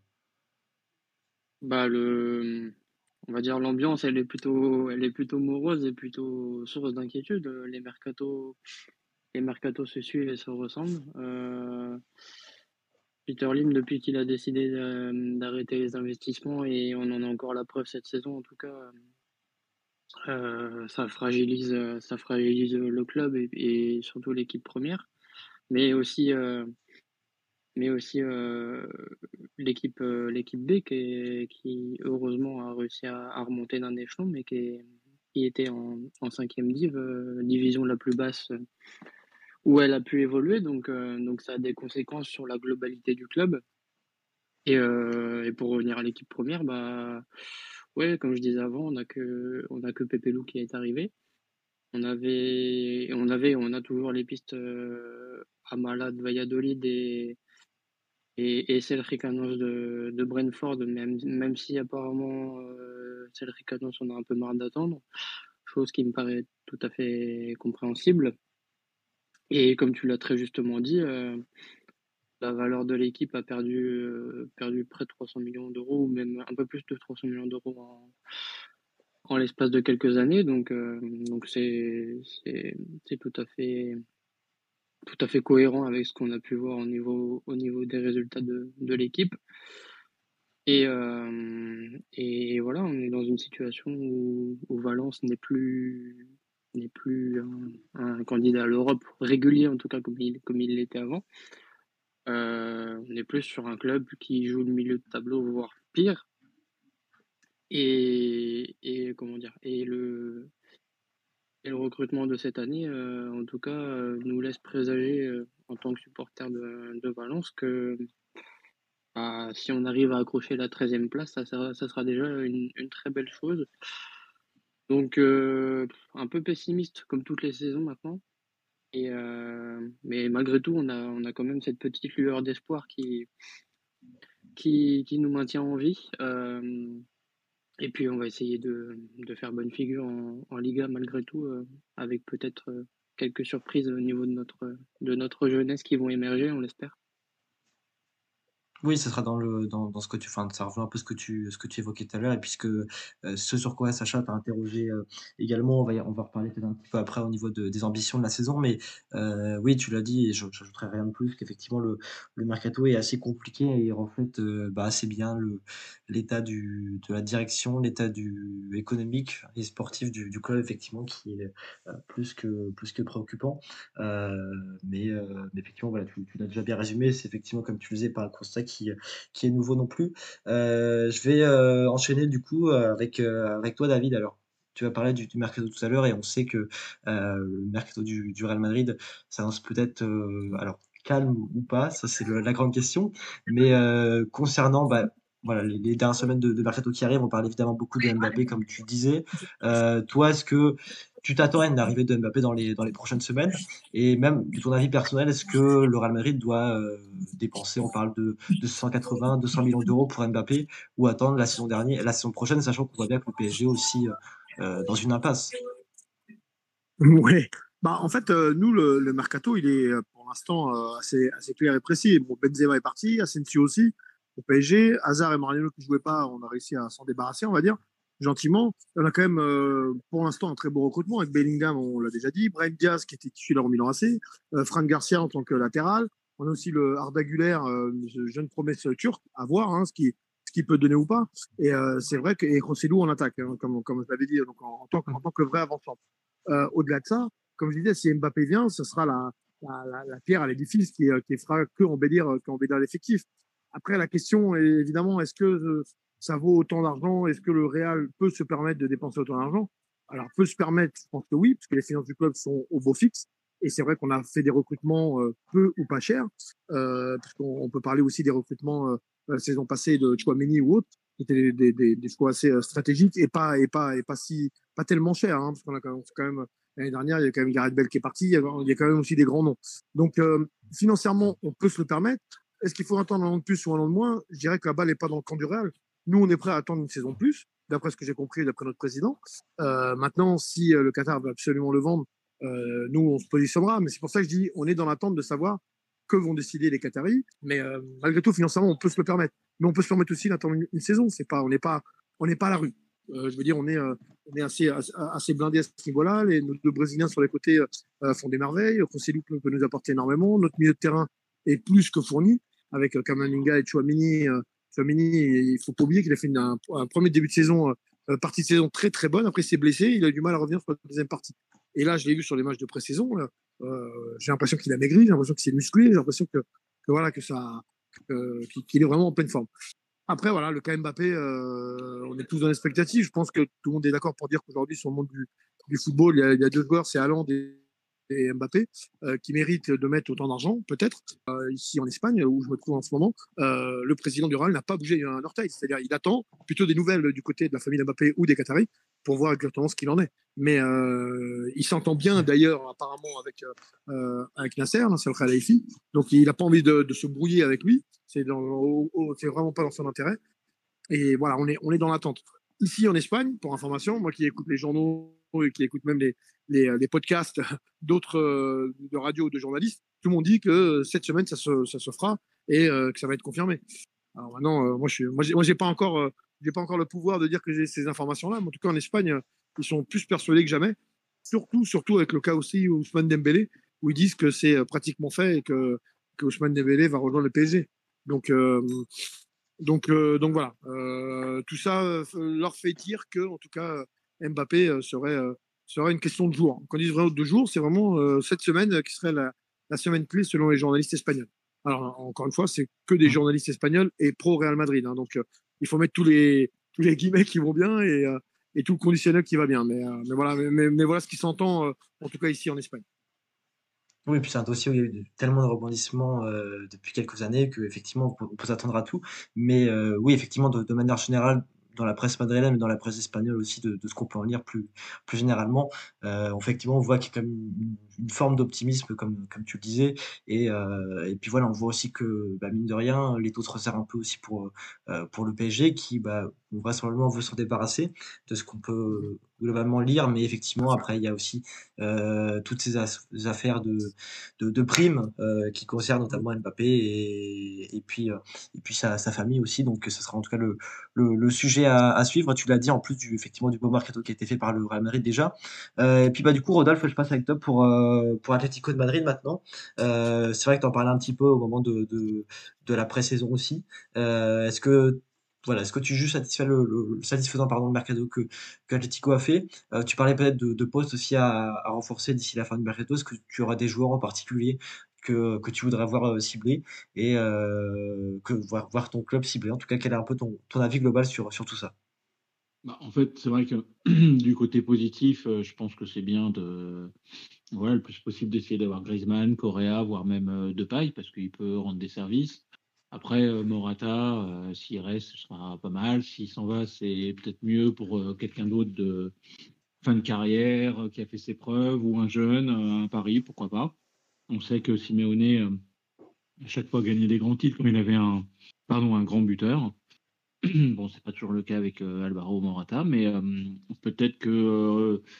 Bah, le, mmh, on va dire l'ambiance elle est plutôt elle est plutôt morose et plutôt source d'inquiétude. Heu, les mercatos les mercatos se suivent et se ressemblent. Heu Peter Lim depuis qu'il a décidé de, mmh, d'arrêter les investissements et on en a encore la preuve cette saison en tout cas, hem, heu, ça fragilise, heu, ça fragilise, heu, le club et et surtout l'équipe première. Mais aussi, heu mais aussi, heu, l'équipe, heu, l'équipe B qui est qui heureusement a réussi à à remonter d'un échelon, mais qui est qui était en en cinquième div, heu, division la plus basse, heu, où elle a pu évoluer donc heu, donc ça a des conséquences sur la globalité du club. Et heu, et pour revenir à l'équipe première, bah, ouais, comme je disais avant, on a que on a que Pepe Lou qui est arrivé. On avait on avait on a toujours les pistes, heu, Amala de Valladolid et et et Selhřicanos de de Brentford, même même si apparemment, heu, Selhřicanos on a un peu marre d'attendre, chose qui me paraît tout à fait compréhensible. Et comme tu l'as très justement dit, heu, la valeur de l'équipe a perdu, heu, perdu près de trois cents millions d'euros ou même un peu plus de trois cents millions d'euros en en l'espace de quelques années donc heu, donc c'est c'est c'est tout à fait tout à fait cohérent avec ce qu'on a pu voir au niveau au niveau des résultats de de l'équipe. Et hem, et voilà, on est dans une situation où où Valence n'est plus n'est plus un un candidat à l'Europe régulier, en tout cas comme il comme il l'était avant. Heu, on est plus sur un club qui joue le milieu de tableau, voire pire. Et et comment dire? Et le et le recrutement de cette année, heu, en tout cas, heu, nous laisse présager, heu, en tant que supporters de de Valence que, bah, si on arrive à accrocher la treizième place, ça sera ça sera déjà une une très belle chose. Donc heu, un peu pessimiste comme toutes les saisons maintenant et heu, mais malgré tout, on a on a quand même cette petite lueur d'espoir qui qui qui nous maintient en vie. Hem, et puis on va essayer de de faire bonne figure en en Liga malgré tout, heu, avec peut-être, heu, quelques surprises au niveau de notre de notre jeunesse qui vont émerger, on l'espère. Oui, ce sera dans le dans dans ce que tu enfin, ça rejoint un peu ce que tu ce que tu évoquais tout à l'heure et puisque, heu, ce sur quoi Sacha t'a interrogé, heu, également, on va y on va reparler peut-être un petit peu après au niveau de des ambitions de la saison. Mais, heu, oui, tu l'as dit et je j'ajouterai rien de plus qu'effectivement le le mercato est assez compliqué et reflète, heu, bah, assez bien le l'état du de la direction, l'état du économique et sportif du du club effectivement qui est, heu, plus que plus que préoccupant. Heu, mais, heu, mais effectivement, voilà, tu tu l'as déjà bien résumé, c'est effectivement comme tu le disais, pas un constat qui, heu, qui est nouveau non plus. Heu, je vais, heu, enchaîner du coup, heu, avec, heu, avec toi David. Alors, tu as parlé du du mercato tout à l'heure et on sait que, heu, le mercato du du Real Madrid s'annonce peut-être, heu, alors calme ou pas, ça c'est le la grande question. Mais, heu, concernant, bah, voilà, les les dernières semaines de de mercato qui arrivent, on parle évidemment beaucoup de Mbappé comme tu le disais. Heu, toi, est-ce que tu t'attends à une arrivée de Mbappé dans les dans les prochaines semaines? Et même de ton avis personnel, est-ce que le Real Madrid doit, heu, dépenser, on parle de de cent quatre-vingts-deux cents millions d'euros pour Mbappé ou attendre la saison dernière la saison prochaine, sachant qu'on voit bien que le P S G aussi, heu heu, dans une impasse? Ouais. Bah, en fait, heu, nous, le le mercato, il est, heu, pour pour l'instant euh, assez, assez clair et précis. Bon, Benzema est parti, Asensio aussi, au P S G. Hazard et Mariano qui ne jouaient pas, on a réussi à s'en débarrasser, on va dire, gentiment. On a quand même, euh, pour l'instant, un très beau recrutement avec Bellingham, on l'a déjà dit, Brahim Diaz qui était titulaire au Milan A C, euh, Fran Garcia en tant que latéral. On a aussi le Arda Güler, euh, jeune promesse turque, à voir hein, ce qui ce qu'il peut donner ou pas. Et euh, c'est vrai que et Rossellou en attaque, hein, comme, comme je l'avais dit, donc en, en, tant, que, en tant que vrai avant-centre. Euh, au-delà de ça, comme je disais, si Mbappé vient, ce sera la, la, la, la pierre à l'édifice qui, qui fera que embellir, qu'embellir l'effectif. Après, la question est évidemment, est-ce que euh, ça vaut autant d'argent? Est-ce que le Real peut se permettre de dépenser autant d'argent? Alors, peut se permettre, je pense que oui, parce que les finances du club sont au beau fixe. Et c'est vrai qu'on a fait des recrutements euh, peu ou pas chers, euh, parce qu'on on peut parler aussi des recrutements euh, la saison passée de Tchouaméni ou autres, qui étaient des, des, des, des choix assez euh, stratégiques et pas et pas et pas si pas tellement chers, hein, parce qu'on a quand même, quand même l'année dernière, il y a quand même Gareth Bale qui est parti, il y a, il y a quand même aussi des grands noms. Donc euh, financièrement, on peut se le permettre. Est-ce qu'il faut attendre un an de plus ou un an de moins? Je dirais que la balle n'est pas dans le camp du Real. Nous, on est prêt à attendre une saison de plus, d'après ce que j'ai compris, d'après notre président. Euh, maintenant, si euh, le Qatar veut absolument le vendre, euh, nous, on se positionnera. Mais c'est pour ça que je dis, on est dans l'attente de savoir que vont décider les Qataris. Mais euh, malgré tout, financièrement, on peut se le permettre. Mais on peut se permettre aussi d'attendre une, une saison. C'est pas, on n'est pas, on n'est pas à la rue. Euh, je veux dire, on est, euh, on est assez, assez blindé à ce niveau-là. Les, nos deux Brésiliens sur les côtés euh, font des merveilles. Rossellou peut, peut nous apporter énormément. Notre milieu de terrain est plus que fourni avec euh, Kamavinga et Tchouaméni. Euh, Tchouaméni, il faut pas oublier qu'il a fait une, un, un premier début de saison, euh, partie de saison très très bonne. Après, il s'est blessé. Il a eu du mal à revenir sur la deuxième partie. Et là, je l'ai vu sur les matchs de pré-saison. Là, euh, j'ai l'impression qu'il a maigri. J'ai l'impression qu'il s'est musclé. J'ai l'impression que, que voilà, que ça, euh, qu'il est vraiment en pleine forme. Après, voilà, le cas Mbappé, euh, on est tous dans l'expectative. Je pense que tout le monde est d'accord pour dire qu'aujourd'hui, sur le monde du, du football, il y, a, il y a deux joueurs, c'est Haaland et, et Mbappé, euh, qui méritent de mettre autant d'argent, peut-être. Euh, ici en Espagne, où je me trouve en ce moment, euh, le président du Real n'a pas bougé un orteil. C'est-à-dire, il attend plutôt des nouvelles du côté de la famille Mbappé ou des Qataris pour voir exactement ce qu'il en est. Mais euh, il s'entend bien, d'ailleurs, apparemment, avec, euh, avec Nasser, Nasser Al-Khelaifi. Donc, il n'a pas envie de, de se brouiller avec lui. C'est, dans, au, au, c'est vraiment pas dans son intérêt. Et voilà, on est, on est dans l'attente. Ici, en Espagne, pour information, moi qui écoute les journaux et qui écoute même les, les, les podcasts d'autres euh, de radio ou de journalistes, tout le monde dit que cette semaine, ça se, ça se fera et euh, que ça va être confirmé. Alors maintenant, euh, moi, je suis, moi, j'ai, moi, j'ai pas encore, euh, j'ai pas encore le pouvoir de dire que j'ai ces informations-là, mais en tout cas, en Espagne, euh, ils sont plus persuadés que jamais. Surtout, surtout avec le cas aussi Ousmane Dembélé, où ils disent que c'est pratiquement fait et que, que Ousmane Dembélé va rejoindre le P S G. Donc, euh, donc, euh, donc voilà. Euh, tout ça euh, leur fait dire que, en tout cas, Mbappé euh, serait, euh, serait une question de jour. Quand on dit vraiment de jour, c'est vraiment euh, cette semaine qui serait la, la semaine clé selon les journalistes espagnols. Alors, encore une fois, c'est que des journalistes espagnols et pro Real Madrid. Hein, donc, euh, il faut mettre tous les, tous les guillemets qui vont bien et, euh, et tout le conditionnel qui va bien. Mais, euh, mais, voilà, mais, mais, mais voilà ce qui s'entend, euh, en tout cas ici en Espagne. Oui, et puis c'est un dossier où il y a eu tellement de rebondissements euh, depuis quelques années qu'effectivement, on peut, on peut s'attendre à tout. Mais euh, oui, effectivement, de, de manière générale, dans la presse madrilène, mais dans la presse espagnole aussi, de, de ce qu'on peut en lire plus, plus généralement, euh, effectivement, on voit qu'il y a quand même une, une forme d'optimisme, comme, comme tu le disais. Et, euh, et puis voilà, on voit aussi que, bah, mine de rien, les taux se resserrent un peu aussi pour, euh, pour le P S G, qui, bah, vraisemblablement, veut s'en débarrasser de ce qu'on peut globalement lire. Mais effectivement, après, il y a aussi euh, toutes ces as- affaires de, de, de primes euh, qui concernent notamment Mbappé et, et puis, euh, et puis sa, sa famille aussi. Donc, ce sera en tout cas le, le, le sujet à, à suivre. Tu l'as dit, en plus du, effectivement, du beau mercato qui a été fait par le Real Madrid déjà. Euh, et puis, bah, du coup, Rodolphe, je passe avec toi pour, euh, pour Atlético de Madrid maintenant. Euh, c'est vrai que tu en parlais un petit peu au moment de, de, de la pré-saison aussi. Euh, est-ce que Voilà, est-ce que tu juges satisfait le, le, satisfaisant pardon, le mercato que, que Atlético a fait? Euh, tu parlais peut-être de, de postes aussi à, à renforcer d'ici la fin du mercato. Est-ce que tu auras des joueurs en particulier que, que tu voudrais voir euh, ciblés et euh, que voir, voir ton club ciblé? En tout cas, quel est un peu ton, ton avis global sur, sur tout ça? Bah, en fait, c'est vrai que du côté positif, euh, je pense que c'est bien de, voilà, le plus possible d'essayer d'avoir Griezmann, Correa, voire même euh, Depay, parce qu'il peut rendre des services. Après, euh, Morata, euh, s'il reste, ce sera pas mal. S'il s'en va, c'est peut-être mieux pour euh, quelqu'un d'autre de fin de carrière, euh, qui a fait ses preuves, ou un jeune, euh, un pari, pourquoi pas. On sait que Simeone, euh, à chaque fois, gagnait des grands titres quand il avait un, pardon, un grand buteur. Bon, c'est pas toujours le cas avec euh, Alvaro Morata, mais euh, peut-être que euh,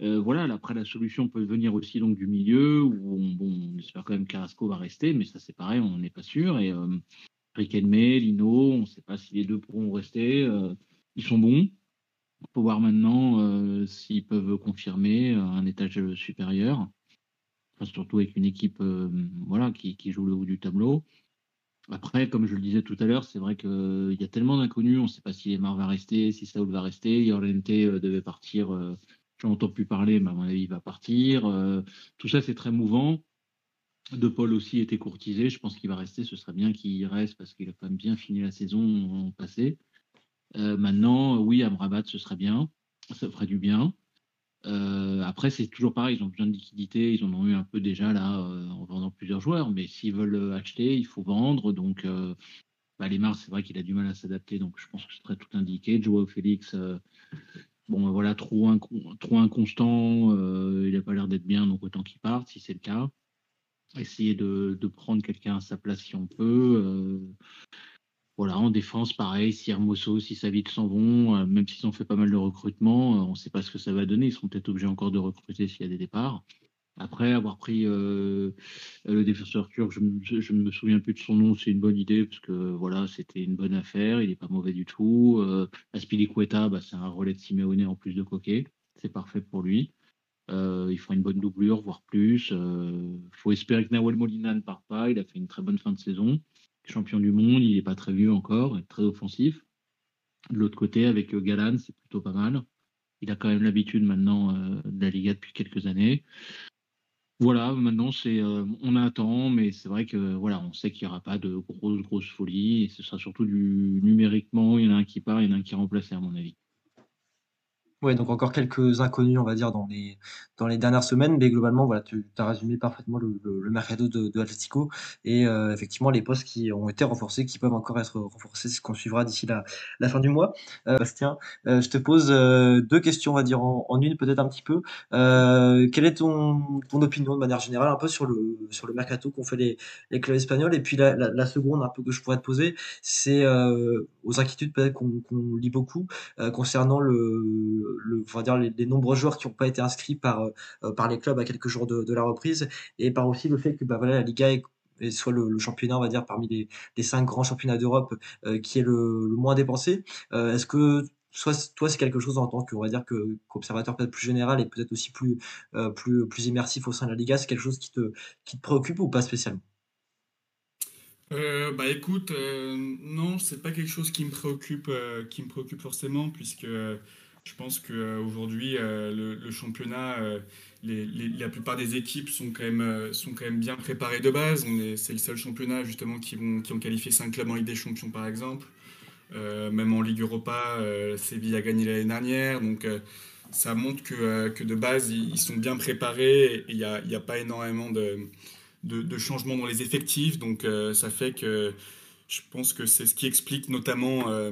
Euh, voilà, là, après la solution peut venir aussi donc du milieu où on, bon, on espère quand même Carrasco va rester, mais ça c'est pareil, on n'est pas sûr. Et euh, Riquelme, Lino, on ne sait pas si les deux pourront rester. Euh, ils sont bons. Il faut voir maintenant euh, s'ils peuvent confirmer euh, un étage supérieur, enfin, surtout avec une équipe euh, voilà, qui, qui joue le haut du tableau. Après, comme je le disais tout à l'heure, c'est vrai qu'il y a tellement d'inconnus, on ne sait pas si Lemar va rester, si Saúl va rester, Llorente euh, devait partir, euh, je n'entends plus parler, mais à mon avis, il va partir. Euh, tout ça, c'est très mouvant. De Paul aussi était courtisé, je pense qu'il va rester, ce serait bien qu'il reste parce qu'il a quand même bien fini la saison passée. Euh, maintenant, oui, Amrabat, ce serait bien, ça ferait du bien. Euh, après, c'est toujours pareil, ils ont besoin de liquidité, ils en ont eu un peu déjà là euh, en vendant plusieurs joueurs, mais s'ils veulent acheter, il faut vendre. Donc, euh, bah, Lemar, c'est vrai qu'il a du mal à s'adapter, donc je pense que ce serait tout indiqué. Joao Félix, euh, bon, bah, voilà, trop, inc- trop inconstant, euh, il n'a pas l'air d'être bien, donc autant qu'il parte, si c'est le cas. Essayer de, de prendre quelqu'un à sa place si on peut. Euh, Voilà, en défense, pareil, si Hermoso, si Savic s'en vont, euh, même s'ils ont fait pas mal de recrutements, euh, on ne sait pas ce que ça va donner. Ils seront peut-être obligés encore de recruter s'il y a des départs. Après, avoir pris euh, le défenseur turc, je ne me souviens plus de son nom, c'est une bonne idée, parce que voilà, c'était une bonne affaire, il n'est pas mauvais du tout. Euh, Azpilicueta, bah, c'est un relais de Simeone en plus de Coquet, c'est parfait pour lui. Euh, il fera une bonne doublure, voire plus. Il euh, faut espérer que Nahuel Molina ne parte pas, il a fait une très bonne fin de saison. Champion du monde, il n'est pas très vieux encore, il est très offensif. De l'autre côté, avec Galan, c'est plutôt pas mal. Il a quand même l'habitude maintenant euh, de la Liga depuis quelques années. Voilà, maintenant c'est, euh, on attend, mais c'est vrai que voilà, on sait qu'il n'y aura pas de grosse grosse folie et ce sera surtout du numériquement. Il y en a un qui part, il y en a un qui est remplacé à mon avis. Ouais, donc encore quelques inconnus, on va dire, dans les, dans les dernières semaines, mais globalement, voilà, tu as résumé parfaitement le, le, le mercato de, de Atlético et euh, effectivement les postes qui ont été renforcés, qui peuvent encore être renforcés, c'est ce qu'on suivra d'ici la, la fin du mois. Euh, Bastien, euh, je te pose euh, deux questions, on va dire en, en une peut-être un petit peu. Euh, quelle est ton, ton opinion de manière générale un peu sur le, sur le mercato qu'ont fait les, les clubs espagnols? Et puis la, la, la seconde un peu que je pourrais te poser, c'est euh, aux inquiétudes peut-être qu'on qu'on lit beaucoup euh, concernant le le, on va dire les, les nombreux joueurs qui n'ont pas été inscrits par, euh, par les clubs à quelques jours de, de la reprise et par aussi le fait que bah, voilà, la Liga est, est soit le, le championnat, on va dire, parmi les, les cinq grands championnats d'Europe euh, qui est le, le moins dépensé. Euh, est-ce que soit toi c'est quelque chose en tant que on va dire que qu'observateur peut-être plus général et peut-être aussi plus euh, plus plus immersif au sein de la Liga, c'est quelque chose qui te qui te préoccupe ou pas spécialement? Euh, bah écoute, euh, non, c'est pas quelque chose qui me préoccupe, euh, qui me préoccupe forcément, puisque euh, je pense qu'aujourd'hui, euh, le, le championnat, euh, les, les- la plupart des équipes sont quand même, euh, sont quand même bien préparées de base. On est, c'est le seul championnat justement qui, vont, qui ont qualifié cinq clubs en Ligue des Champions par exemple. Euh, même en Ligue Europa, euh, Séville a gagné l'année dernière. Donc euh, ça montre que, euh, que de base, ils, ils sont bien préparés et il n'y a, il y a pas énormément de, de, de changements dans les effectifs. Donc euh, ça fait que je pense que c'est ce qui explique notamment euh,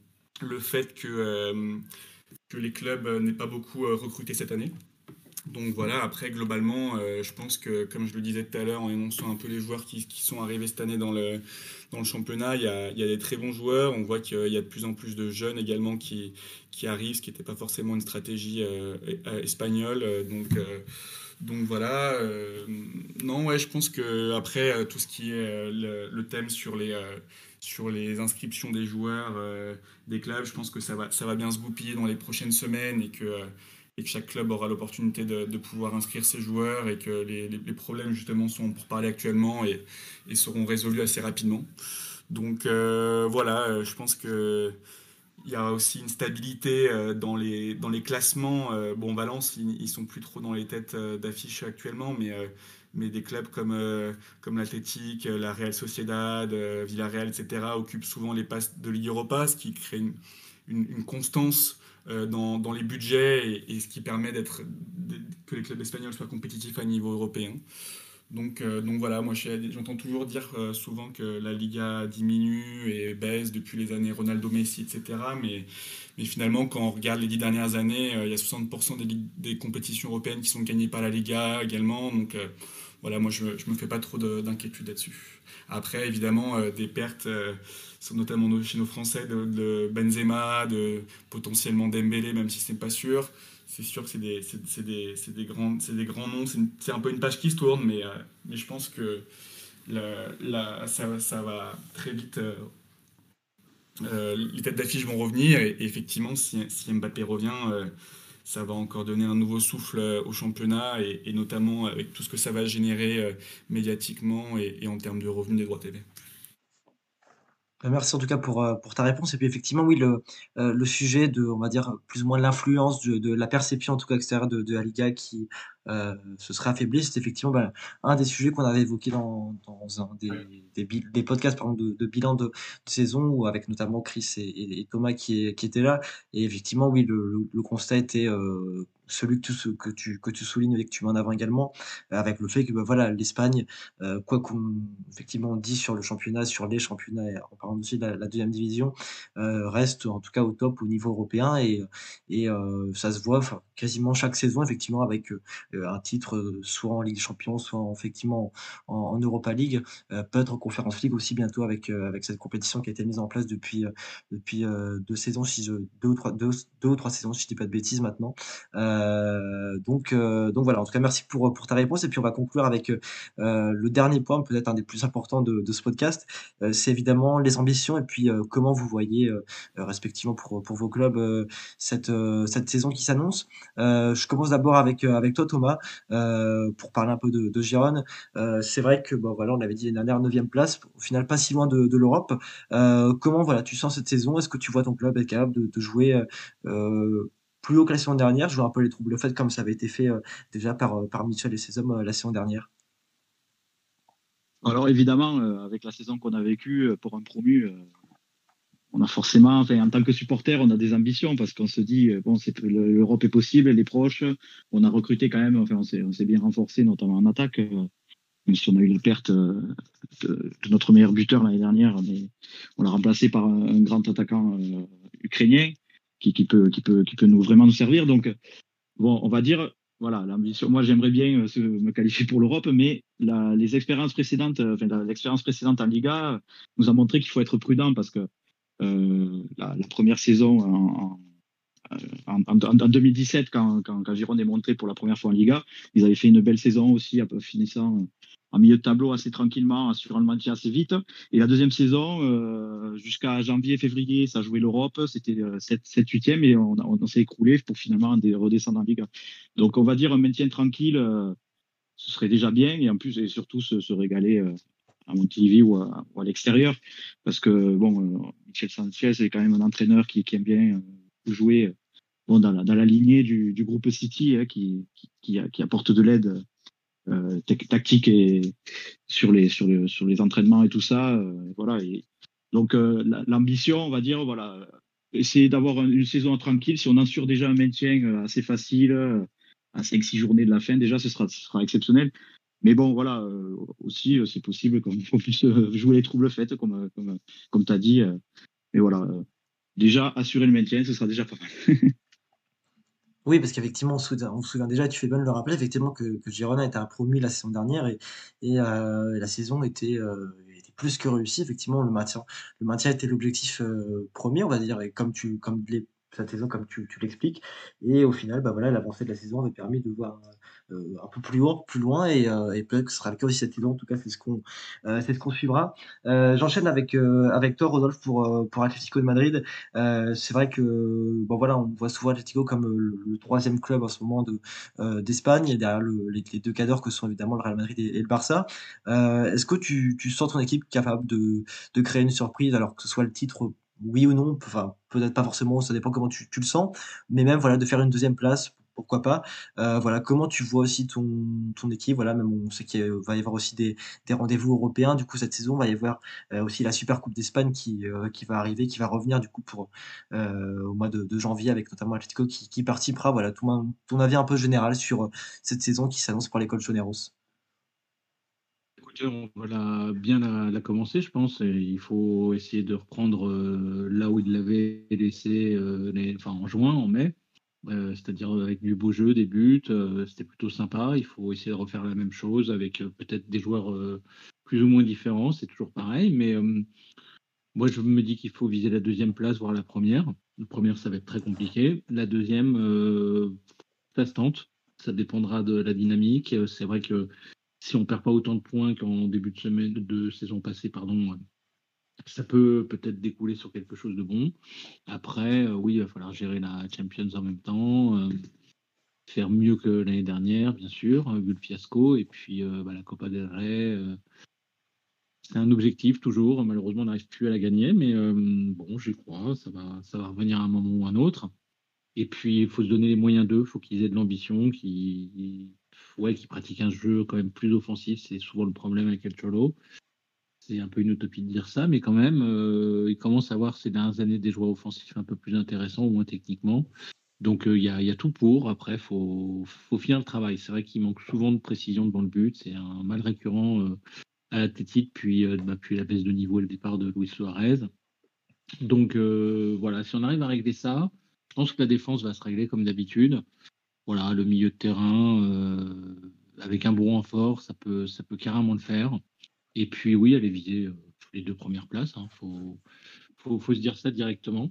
le fait que, euh, que les clubs euh, n'aient pas beaucoup euh, recruté cette année. Donc voilà, après globalement, euh, je pense que comme je le disais tout à l'heure en énonçant un peu les joueurs qui, qui sont arrivés cette année dans le, dans le championnat, il y a, il y a des très bons joueurs. On voit qu'il y a de plus en plus de jeunes également qui, qui arrivent, ce qui n'était pas forcément une stratégie euh, euh, espagnole. Euh, Donc, euh, donc voilà, euh, non, ouais, je pense que après euh, tout ce qui est euh, le, le thème sur les, euh, sur les inscriptions des joueurs euh, des clubs, je pense que ça va, ça va bien se goupiller dans les prochaines semaines et que, euh, et que chaque club aura l'opportunité de, de pouvoir inscrire ses joueurs et que les, les- les problèmes justement sont pour parler actuellement et, et seront résolus assez rapidement. Donc euh, voilà, euh, je pense que il y a aussi une stabilité euh, dans les, dans les classements. Euh, bon, Valence, ils, ils sont plus trop dans les têtes euh, d'affiche actuellement, mais, euh, mais des clubs comme, euh, comme l'Athletic, euh, la Real Sociedad, euh, Villarreal, et cetera, occupent souvent les passes de Ligue Europa, ce qui crée une, une, une constance euh, dans, dans les budgets et, et ce qui permet d'être, de- que les clubs espagnols soient compétitifs à niveau européen. Donc, euh, donc voilà, moi je- j'entends toujours dire euh, souvent que la Liga diminue et baisse depuis les années Ronaldo, Messi, et cetera. Mais, mais finalement, quand on regarde les dix dernières années, euh, il y a soixante pour cent des, ligues- des compétitions européennes qui sont gagnées par la Liga également. Donc euh, voilà, moi je ne me fais pas trop de- d'inquiétude là-dessus. Après, évidemment, euh, des pertes, euh, sont notamment nos- chez nos Français, de, de Benzema, de potentiellement Dembélé, même si ce n'est pas sûr. c'est sûr que c'est des, c'est, c'est des, c'est des, grands, c'est des grands noms. C'est, une- c'est un peu une page qui se tourne, mais, euh, mais je pense que la, la- ça, ça va très vite. euh, euh, les têtes d'affiche vont revenir et, et effectivement, si, si Mbappé revient, euh, ça va encore donner un nouveau souffle euh, au championnat et, et notamment avec tout ce que ça va générer euh, médiatiquement et, et en termes de revenus des droits T V. Bah, merci en tout cas pour, euh, pour ta réponse. Et puis effectivement, oui, le, euh, le sujet de, on va dire, plus ou moins l'influence de, de la perception, en tout cas extérieure de, de la Liga qui euh, se serait affaiblie, c'est effectivement bah, un des sujets qu'on avait évoqué dans, dans un des, des, bi- des podcasts pardon, de, de bilan de, de saison, où avec notamment Chris et, et- et Thomas qui, est- qui étaient là. Et effectivement, oui, le, le, le constat était euh, celui que tu, que, tu, que tu soulignes et que tu mets en avant également, euh, avec le fait que bah, voilà, l'Espagne, euh, quoi qu'on effectivement dit sur le championnat, sur les championnats, et en parlant aussi de la, la deuxième division, euh, reste en tout cas au top au niveau européen et, et euh, ça se voit enfin, quasiment chaque saison effectivement avec euh, un titre euh, soit en Ligue des Champions, soit en- effectivement en, en Europa League, euh, peut-être en Conference League aussi bientôt avec, euh, avec cette compétition qui a été mise en place depuis, euh, depuis euh, deux saisons, si je, deux, ou trois, deux, deux ou trois saisons si je dis pas de bêtises maintenant. Euh, donc, euh, donc voilà, en tout cas merci pour, pour ta réponse et puis on va conclure avec euh, euh, le dernier point, peut-être un des plus importants de, de ce podcast, euh, c'est évidemment les ambitions et puis euh, comment vous voyez euh, euh, respectivement pour, pour vos clubs euh, cette, euh, cette saison qui s'annonce. Euh, je commence d'abord avec, euh, avec toi Thomas euh, pour parler un peu de, de Gérone. Euh, c'est vrai que bon, voilà, on l'avait dit l'année dernière, neuvième place, au final pas si loin de, de l'Europe. Euh, comment voilà, tu sens cette saison? Est-ce que tu vois ton club être capable de, de jouer euh, euh, plus haut que la saison dernière, jouer un peu les troubles faits comme ça avait été fait euh, déjà par, euh, par Mitchell et ses hommes euh, la saison dernière? Alors évidemment, euh, avec la saison qu'on a vécue, euh, pour un promu, euh, on a forcément, enfin, en tant que supporter, on a des ambitions parce qu'on se dit, euh, bon, c'est, le- l'Europe est possible, elle est proche. On a recruté quand même, enfin, on s'est, on s'est bien renforcé, notamment en attaque, euh, même si on a eu la perte euh, de, de notre meilleur buteur l'année dernière, mais on l'a remplacé par un, un grand attaquant euh, ukrainien qui, qui peut, qui peut, qui peut nous vraiment nous servir. Donc, bon, on va dire, voilà, l'ambition. Moi, j'aimerais bien euh, se- me qualifier pour l'Europe, mais la, les expériences précédentes, euh, enfin, la- l'expérience précédente en Liga euh, nous a montré qu'il faut être prudent parce que euh, la, la première saison en, en, en, en- en deux mille dix-sept, quand, quand, quand Gironde est monté pour la première fois en Liga, ils avaient fait une belle saison aussi, un peu finissant euh, en milieu de tableau assez tranquillement, assurant le maintien assez vite. Et la deuxième saison, euh, jusqu'à janvier, février, ça jouait l'Europe, c'était euh, sept huitième et on, on, on s'est écroulé pour finalement dé- redescendre en Liga. Donc on va dire un maintien tranquille, euh, ce serait déjà bien et en plus et surtout se, se régaler euh, à Montilivi ou à, ou à l'extérieur parce que bon, euh, Michel Sanchez est quand même un entraîneur qui, qui aime bien euh, jouer euh, bon, dans, la, dans la lignée du, du groupe City hein, qui, qui, qui, qui apporte de l'aide euh, tec- tactique et sur les sur les sur les entraînements et tout ça euh, voilà et donc euh, la- l'ambition on va dire voilà essayer d'avoir un- une saison tranquille si on assure déjà un maintien euh, assez facile euh, à cinq six journées de la fin déjà ce sera ce sera exceptionnel mais bon voilà euh, aussi euh, c'est possible qu'on qu'on puisse euh, jouer les troubles faits comme euh, comme comme tu as dit euh, mais voilà euh, déjà assurer le maintien ce sera déjà pas mal. Oui, parce qu'effectivement, on se souvient, on se souvient déjà, tu fais bien de le rappeler, effectivement, que, que Girona était un promu la saison dernière et, et euh, la saison était, euh, était plus que réussie. Effectivement, le maintien, le maintien était l'objectif euh, premier, on va dire, et comme tu, comme les, cette saison, comme tu, tu l'expliques. Et au final, bah voilà, l'avancée de la saison avait permis de voir euh, un peu plus haut, plus loin, et, euh, et peut-être que ce sera le cas aussi cette saison. En tout cas, c'est ce qu'on, euh, c'est ce qu'on suivra. Euh, j'enchaîne avec, euh, avec toi, Rodolphe, pour, euh, pour Atlético de Madrid. Euh, c'est vrai que bon voilà, on voit souvent Atlético comme euh, le, le troisième club en ce moment de euh, d'Espagne, et derrière le- les, les deux cadors que sont évidemment le Real Madrid et, et le Barça. Euh, est-ce que tu, tu sens ton équipe capable de, de créer une surprise, alors que ce soit le titre, oui ou non, enfin peut-être pas forcément, ça dépend comment tu, tu le sens, mais même voilà de faire une deuxième place. Pourquoi pas? Euh, voilà, comment tu vois aussi ton, ton équipe? Voilà, même on sait qu'il va y avoir aussi des, des rendez-vous européens. Du coup, cette saison, il va y avoir euh, aussi la Super Coupe d'Espagne qui, euh, qui va arriver, qui va revenir du coup pour euh, au mois de, de janvier avec notamment Atlético qui, qui participera. Voilà, tout mon- ton avis un peu général sur euh, cette saison qui s'annonce pour les Colchoneros. Écoutez, on va la- bien la, la commencer, je pense. Et il faut essayer de reprendre euh, là où il l'avait laissé euh, les- enfin, en juin, en mai. Euh, c'est-à-dire avec du beau jeu, des buts. Euh, c'était plutôt sympa. Il faut essayer de refaire la même chose avec euh, peut-être des joueurs euh, plus ou moins différents. C'est toujours pareil. Mais euh, moi, je me dis qu'il faut viser la deuxième place, voire la première. La première, ça va être très compliqué. La deuxième, euh, ça se tente. Ça dépendra de la dynamique. Euh, C'est vrai que si on perd pas autant de points qu'en début de semaine, de saison passée, pardon, euh, ça peut peut-être découler sur quelque chose de bon. Après, euh, oui, il va falloir gérer la Champions en même temps, euh, faire mieux que l'année dernière, bien sûr, euh, vu le fiasco. Et puis euh, bah, la Copa del Rey, euh, c'est un objectif toujours. Malheureusement, on n'arrive plus à la gagner, mais euh, bon, j'y crois. Ça va, ça va revenir à un moment ou à un autre. Et puis, il faut se donner les moyens d'eux. Il faut qu'ils aient de l'ambition, qu'ils ouais, qu'ils pratiquent un jeu quand même plus offensif. C'est souvent le problème avec El Cholo. C'est un peu une utopie de dire ça, mais quand même, euh, ils commencent à avoir ces dernières années des joueurs offensifs un peu plus intéressants, au moins techniquement. Donc, il euh, y, a, y a tout pour. Après, il faut, faut finir le travail. C'est vrai qu'il manque souvent de précision devant le but. C'est un mal récurrent euh, à l'Athletic, puis, euh, bah, puis la baisse de niveau et le départ de Luis Suarez. Donc, euh, voilà, si on arrive à régler ça, je pense que la défense va se régler comme d'habitude. Voilà, le milieu de terrain, euh, avec un bon renfort, ça peut, ça peut carrément le faire. Et puis oui, aller viser euh, les deux premières places. Il hein. faut, faut, faut se dire ça directement.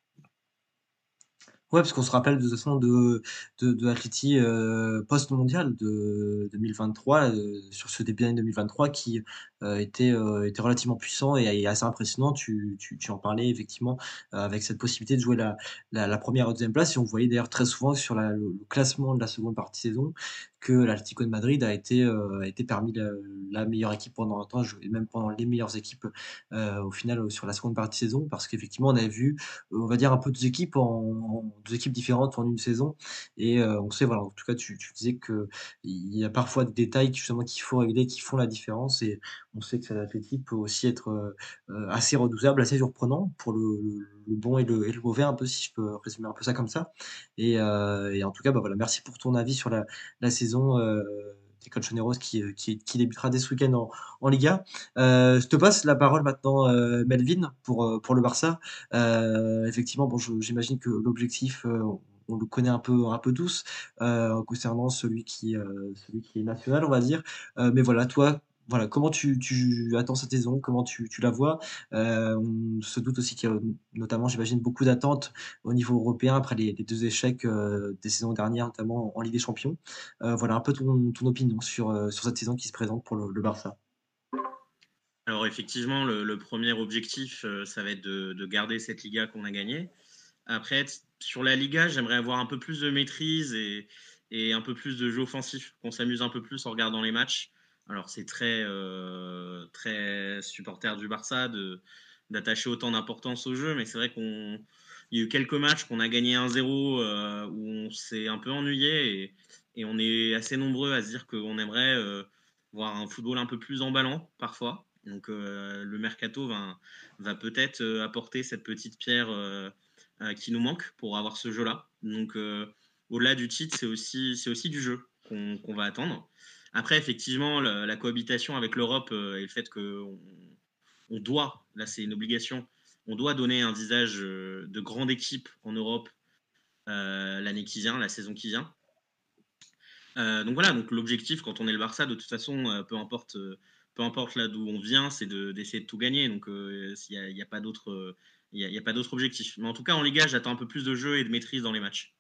Ouais, parce qu'on se rappelle de toute façon de, de, de Atleti euh, post-mondial de deux mille vingt-trois, euh, sur ce début d'année deux mille vingt-trois, qui euh, était, euh, était relativement puissant et, et assez impressionnant. Tu, tu, tu en parlais effectivement euh, avec cette possibilité de jouer la, la, la première et la deuxième place. Et on voyait d'ailleurs très souvent sur la, le, le classement de la seconde partie de saison que l'Atlético de Madrid a été, euh, a été parmi la, la meilleure équipe pendant un temps, et même pendant les meilleures équipes euh, au final sur la seconde partie de saison, parce qu'effectivement on avait vu, on va dire, un peu deux équipes en, en deux équipes différentes en une saison. Et euh, on sait, voilà, en tout cas, tu, tu disais qu'il y a parfois des détails justement qu'il faut régler, qui font la différence. Et on sait que cet Athletic peut aussi être euh, assez redoutable, assez surprenant pour le, le bon et le, et le mauvais, un peu, si je peux résumer un peu ça comme ça. Et, euh, et en tout cas, bah, voilà, merci pour ton avis sur la, la saison euh, des Colchoneros qui, qui, qui débutera dès ce week-end en, en Liga. Euh, je te passe la parole maintenant, euh, Melvin, pour, pour le Barça. Euh, effectivement, bon, je- j'imagine que l'objectif, euh, on le connaît un peu, un peu tous, euh, concernant celui qui, euh, celui qui est national, on va dire. Euh, mais voilà, toi, voilà, comment tu, tu attends cette saison, comment tu, tu la vois? Euh, on se doute aussi qu'il y a notamment, j'imagine, beaucoup d'attentes au niveau européen après les, les deux échecs euh, des saisons dernières, notamment en Ligue des Champions. Euh, voilà un peu ton, ton opinion sur, euh, sur cette saison qui se présente pour le, le Barça. Alors effectivement, le, le premier objectif, euh, ça va être de, de garder cette Liga qu'on a gagnée. Après, t- sur la Liga, j'aimerais avoir un peu plus de maîtrise et, et un peu plus de jeu offensif, qu'on s'amuse un peu plus en regardant les matchs. Alors c'est très, euh, très supporter du Barça de, d'attacher autant d'importance au jeu, mais c'est vrai qu'on il y a eu quelques matchs qu'on a gagné un zéro euh, où on s'est un peu ennuyé et, et on est assez nombreux à se dire qu'on aimerait euh, voir un football un peu plus emballant parfois. Donc euh, le mercato va, va peut-être euh, apporter cette petite pierre euh, euh, qui nous manque pour avoir ce jeu-là. Donc euh, au-delà du titre, c'est aussi, c'est aussi du jeu qu'on qu'on va attendre. Après, effectivement, la, la cohabitation avec l'Europe euh, et le fait qu'on on doit, là c'est une obligation, on doit donner un visage euh, de grande équipe en Europe euh, l'année qui vient, la saison qui vient. Euh, donc voilà, donc l'objectif quand on est le Barça, de toute façon, euh, peu importe, euh, peu importe là d'où on vient, c'est de- d'essayer de tout gagner. Donc il n'y a, y a pas d'autre, euh, y a, y a pas d'autre objectif. Mais en tout cas, en Liga, j'attends un peu plus de jeu et de maîtrise dans les matchs.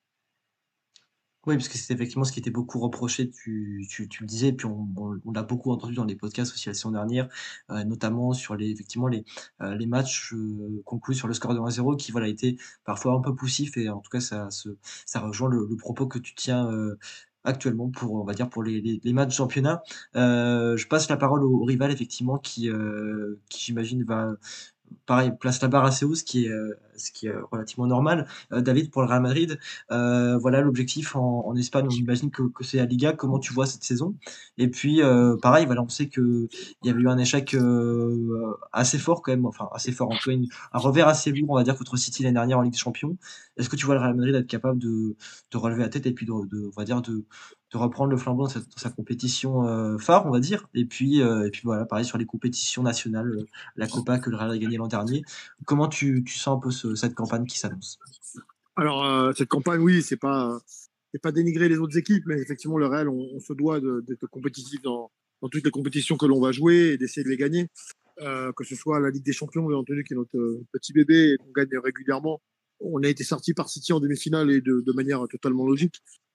Oui, parce que c'est effectivement ce qui était beaucoup reproché, tu, tu, tu le disais, puis on, on, on l'a beaucoup entendu dans les podcasts aussi la saison dernière, euh, notamment sur les, effectivement les, euh, les matchs euh, conclus sur le score de un zéro qui voilà, étaient parfois un peu poussifs, et en tout cas ça, se, ça rejoint le, le propos que tu tiens euh, actuellement pour, on va dire, pour les, les, les matchs championnat. Euh, je passe la parole au, au rival, effectivement, qui, euh, qui j'imagine va pareil, place la barre assez haut, ce qui est, euh, ce qui est relativement normal. Euh, David, pour le Real Madrid, euh, voilà l'objectif en, en Espagne, on imagine que, que c'est la Liga. Comment tu vois cette saison? Et puis, euh, pareil, voilà, on sait qu'il y avait eu un échec euh, assez fort quand même, enfin assez fort, en tout cas une- un revers assez lourd, on va dire, contre City l'année dernière en Ligue des Champions. Est-ce que tu vois le Real Madrid être capable de, de relever la tête et puis de, de- on va dire de, de reprendre le flambeau dans sa, dans sa compétition euh, phare, on va dire? Et puis, euh, et puis voilà, pareil sur les compétitions nationales, euh, la Copa que le Real a gagné l'an dernier. Comment tu, tu sens un peu ce- cette campagne qui s'annonce? Alors, euh, cette campagne, oui, c'est pas, c'est pas dénigrer les autres équipes, mais effectivement, le Real, on, on se doit de- d'être compétitif dans, dans toutes les compétitions que l'on va jouer et d'essayer de les gagner. Euh, que ce soit la Ligue des Champions, bien entendu, qui est notre euh, petit bébé et qu'on gagne régulièrement. On a été sorti par City en demi-finale et de, de manière totalement logique.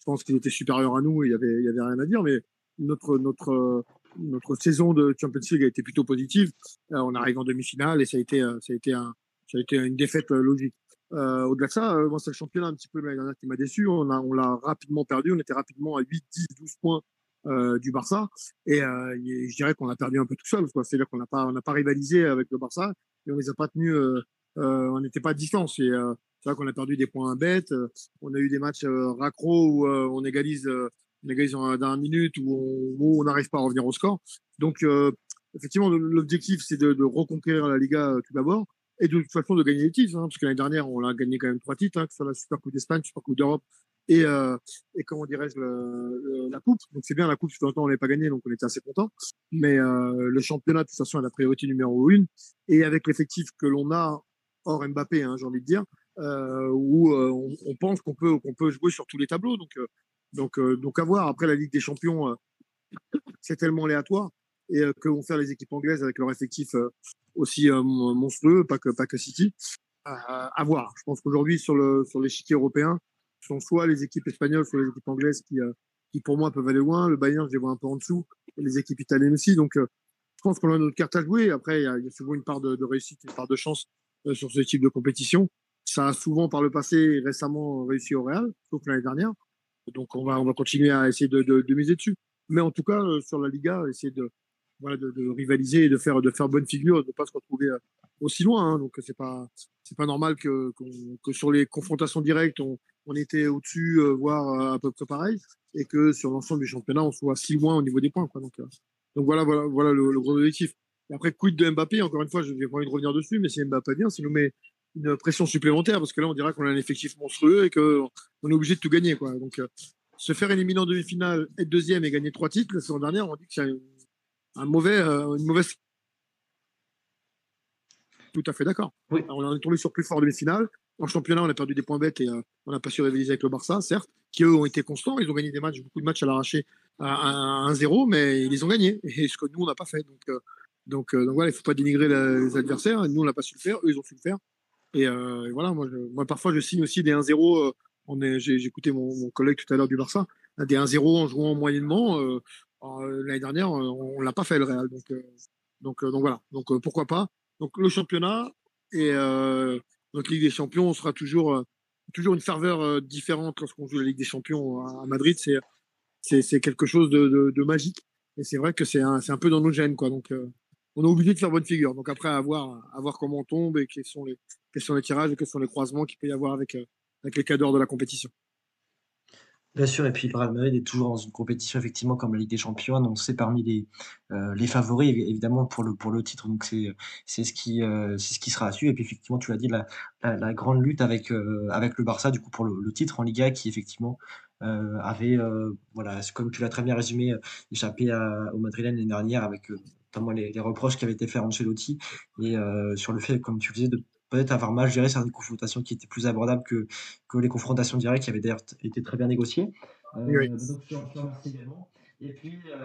je pense qu'ils étaient supérieurs à nous, il y avait, il y avait rien à dire, mais notre, notre, notre saison de Champions League a été plutôt positive. Euh, on arrive en demi-finale et ça a été, euh, ça a été, un, ça a été une défaite euh, logique. Euh, au-delà de ça, euh, moi, c'est le championnat un petit peu l'année dernière qui m'a déçu. On a, on l'a rapidement perdu. On était rapidement à huit, dix, douze points euh, du Barça. Et, euh, et je dirais qu'on a perdu un peu tout seul. Quoi. C'est-à-dire qu'on n'a pas, on n'a pas rivalisé avec le Barça et on les a pas tenus. Euh, euh, on n'était pas à distance. Et euh, c'est vrai qu'on a perdu des points bêtes. Euh, on a eu des matchs euh, raccro où euh, on égalise, euh, on égalise en dernière minute où on où on n'arrive pas à revenir au score. Donc euh, effectivement, l'objectif c'est de, de reconquérir la Liga euh, tout d'abord. Et de toute façon de gagner les titres, hein, parce que l'année dernière on a gagné quand même trois titres, hein, que ce soit la Super Coupe d'Espagne, Super Coupe d'Europe et euh, et comment dirais-je le, le, la coupe. Donc c'est bien la coupe, parce que longtemps on l'avait pas gagné, donc on était assez content. Mais euh, le championnat de toute façon est la priorité numéro une. Et avec l'effectif que l'on a hors Mbappé, hein, j'ai envie de dire, euh, où euh, on, on pense qu'on peut qu'on peut jouer sur tous les tableaux. Donc euh, donc euh, donc à voir. Après la Ligue des Champions, euh, c'est tellement aléatoire et euh, que vont faire les équipes anglaises avec leur effectif euh, aussi euh, monstrueux, pas que pas que City. Euh, à voir. Je pense qu'aujourd'hui sur le sur l'échiquier européen, ce sont soit les équipes espagnoles, soit les équipes anglaises qui euh, qui pour moi peuvent aller loin. Le Bayern, je les vois un peu en dessous, et les équipes italiennes aussi. Donc euh, je pense qu'on a notre carte à jouer. Après, il y a, il y a souvent une part de, de réussite, une part de chance euh, sur ce type de compétition. Ça a souvent par le passé et récemment réussi au Real, sauf l'année dernière. Donc on va on va continuer à essayer de, de, de miser dessus. Mais en tout cas, euh, sur la Liga, essayer de voilà de, de rivaliser et de faire de faire bonne figure, de ne pas se retrouver euh, aussi loin. Hein. Donc c'est pas c'est pas normal que qu'on, que sur les confrontations directes on on était au-dessus, euh, voire euh, à peu près pareil, et que sur l'ensemble du championnat on soit si loin au niveau des points. Quoi. Donc euh, donc voilà voilà voilà le, le gros objectif. Et après quid de Mbappé, encore une fois, je n'ai pas envie de revenir dessus, mais si Mbappé vient, ça nous met une pression supplémentaire parce que là on dirait qu'on a un effectif monstrueux et que on est obligé de tout gagner. Quoi. Donc euh, se faire éliminer en demi-finale, être deuxième et gagner trois titres, la saison dernière, on dit que c'est un, un mauvais, euh, une mauvaise. Tout à fait d'accord. Oui. On en est tombé sur plus fort demi-finale. En championnat, on a perdu des points bêtes et euh, on n'a pas su rivaliser avec le Barça, certes, qui eux ont été constants. Ils ont gagné des matchs, beaucoup de matchs à l'arraché à un zéro, mais ils les ont gagnés. Et ce que nous, on n'a pas fait. Donc, euh, donc, euh, donc voilà, il ne faut pas dénigrer la, les adversaires. Nous, on n'a pas su le faire. Eux, ils ont su le faire. Et, euh, et voilà, moi, je, moi, parfois, je signe aussi des un zéro. Euh, on est, j'ai, j'ai écouté mon, mon collègue tout à l'heure du Barça, des un zéro en jouant moyennement. Euh, euh, l'année dernière, on ne l'a pas fait, le Real. Donc, euh, donc, euh, donc voilà. Donc, euh, pourquoi pas. Donc, le championnat et euh, notre Ligue des Champions, on sera toujours, euh, toujours une ferveur euh, différente lorsqu'on joue la Ligue des Champions à, à Madrid. C'est, c'est, c'est quelque chose de, de, de magique. Et c'est vrai que c'est un, c'est un peu dans nos gènes, quoi. Donc, euh, on est obligé de faire bonne figure. Donc après, à voir, à voir comment on tombe et quels sont les, quels sont les tirages et quels sont les croisements qu'il peut y avoir avec, euh, avec les cadors de la compétition. Bien sûr, et puis le Real Madrid est toujours dans une compétition effectivement comme la Ligue des Champions, donc c'est parmi les euh, les favoris évidemment pour le pour le titre, donc c'est c'est ce qui euh, c'est ce qui sera à suivre. Et puis effectivement, tu l'as dit, la, la, la grande lutte avec euh, avec le Barça du coup pour le, le titre en Liga qui effectivement euh, avait euh, voilà, comme tu l'as très bien résumé, euh, échappé à, au Madrilène l'année dernière avec euh, notamment les, les reproches qui avaient été faits à Ancelotti et euh, sur le fait, comme tu le disais, de peut-être avoir mal géré certaines confrontations qui étaient plus abordables que, que les confrontations directes qui avaient d'ailleurs été très bien négociées. Euh, Oui. donc, je te remercie également. Et puis, euh,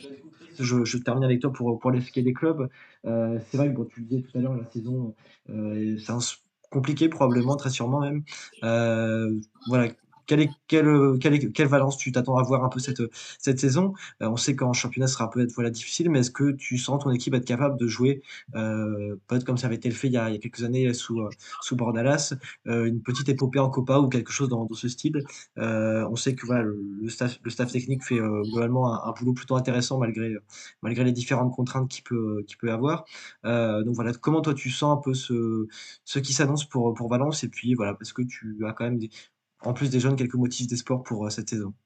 je, je termine avec toi pour, pour les skier des clubs. Euh, c'est vrai que bon, tu le disais tout à l'heure, la saison, euh, c'est un, compliqué probablement, très sûrement même. Euh, voilà. Quelle, est, quelle, quelle, quelle valence tu t'attends à voir un peu cette, cette saison? euh, On sait qu'en championnat, ce sera peut-être voilà, difficile, mais est-ce que tu sens ton équipe être capable de jouer, euh, peut-être comme ça avait été le fait il y a, il y a quelques années sous, euh, sous Bordalas, euh, une petite épopée en Copa ou quelque chose dans, dans ce style? euh, On sait que voilà, le, le, staff, le staff technique fait euh, globalement un, un boulot plutôt intéressant malgré, malgré les différentes contraintes qu'il peut, qu'il peut avoir. Euh, donc voilà, comment toi tu sens un peu ce, ce qui s'annonce pour, pour Valence? Et puis voilà, parce que tu as quand même des en plus des jeunes, quelques motifs d'espoir pour euh, cette saison.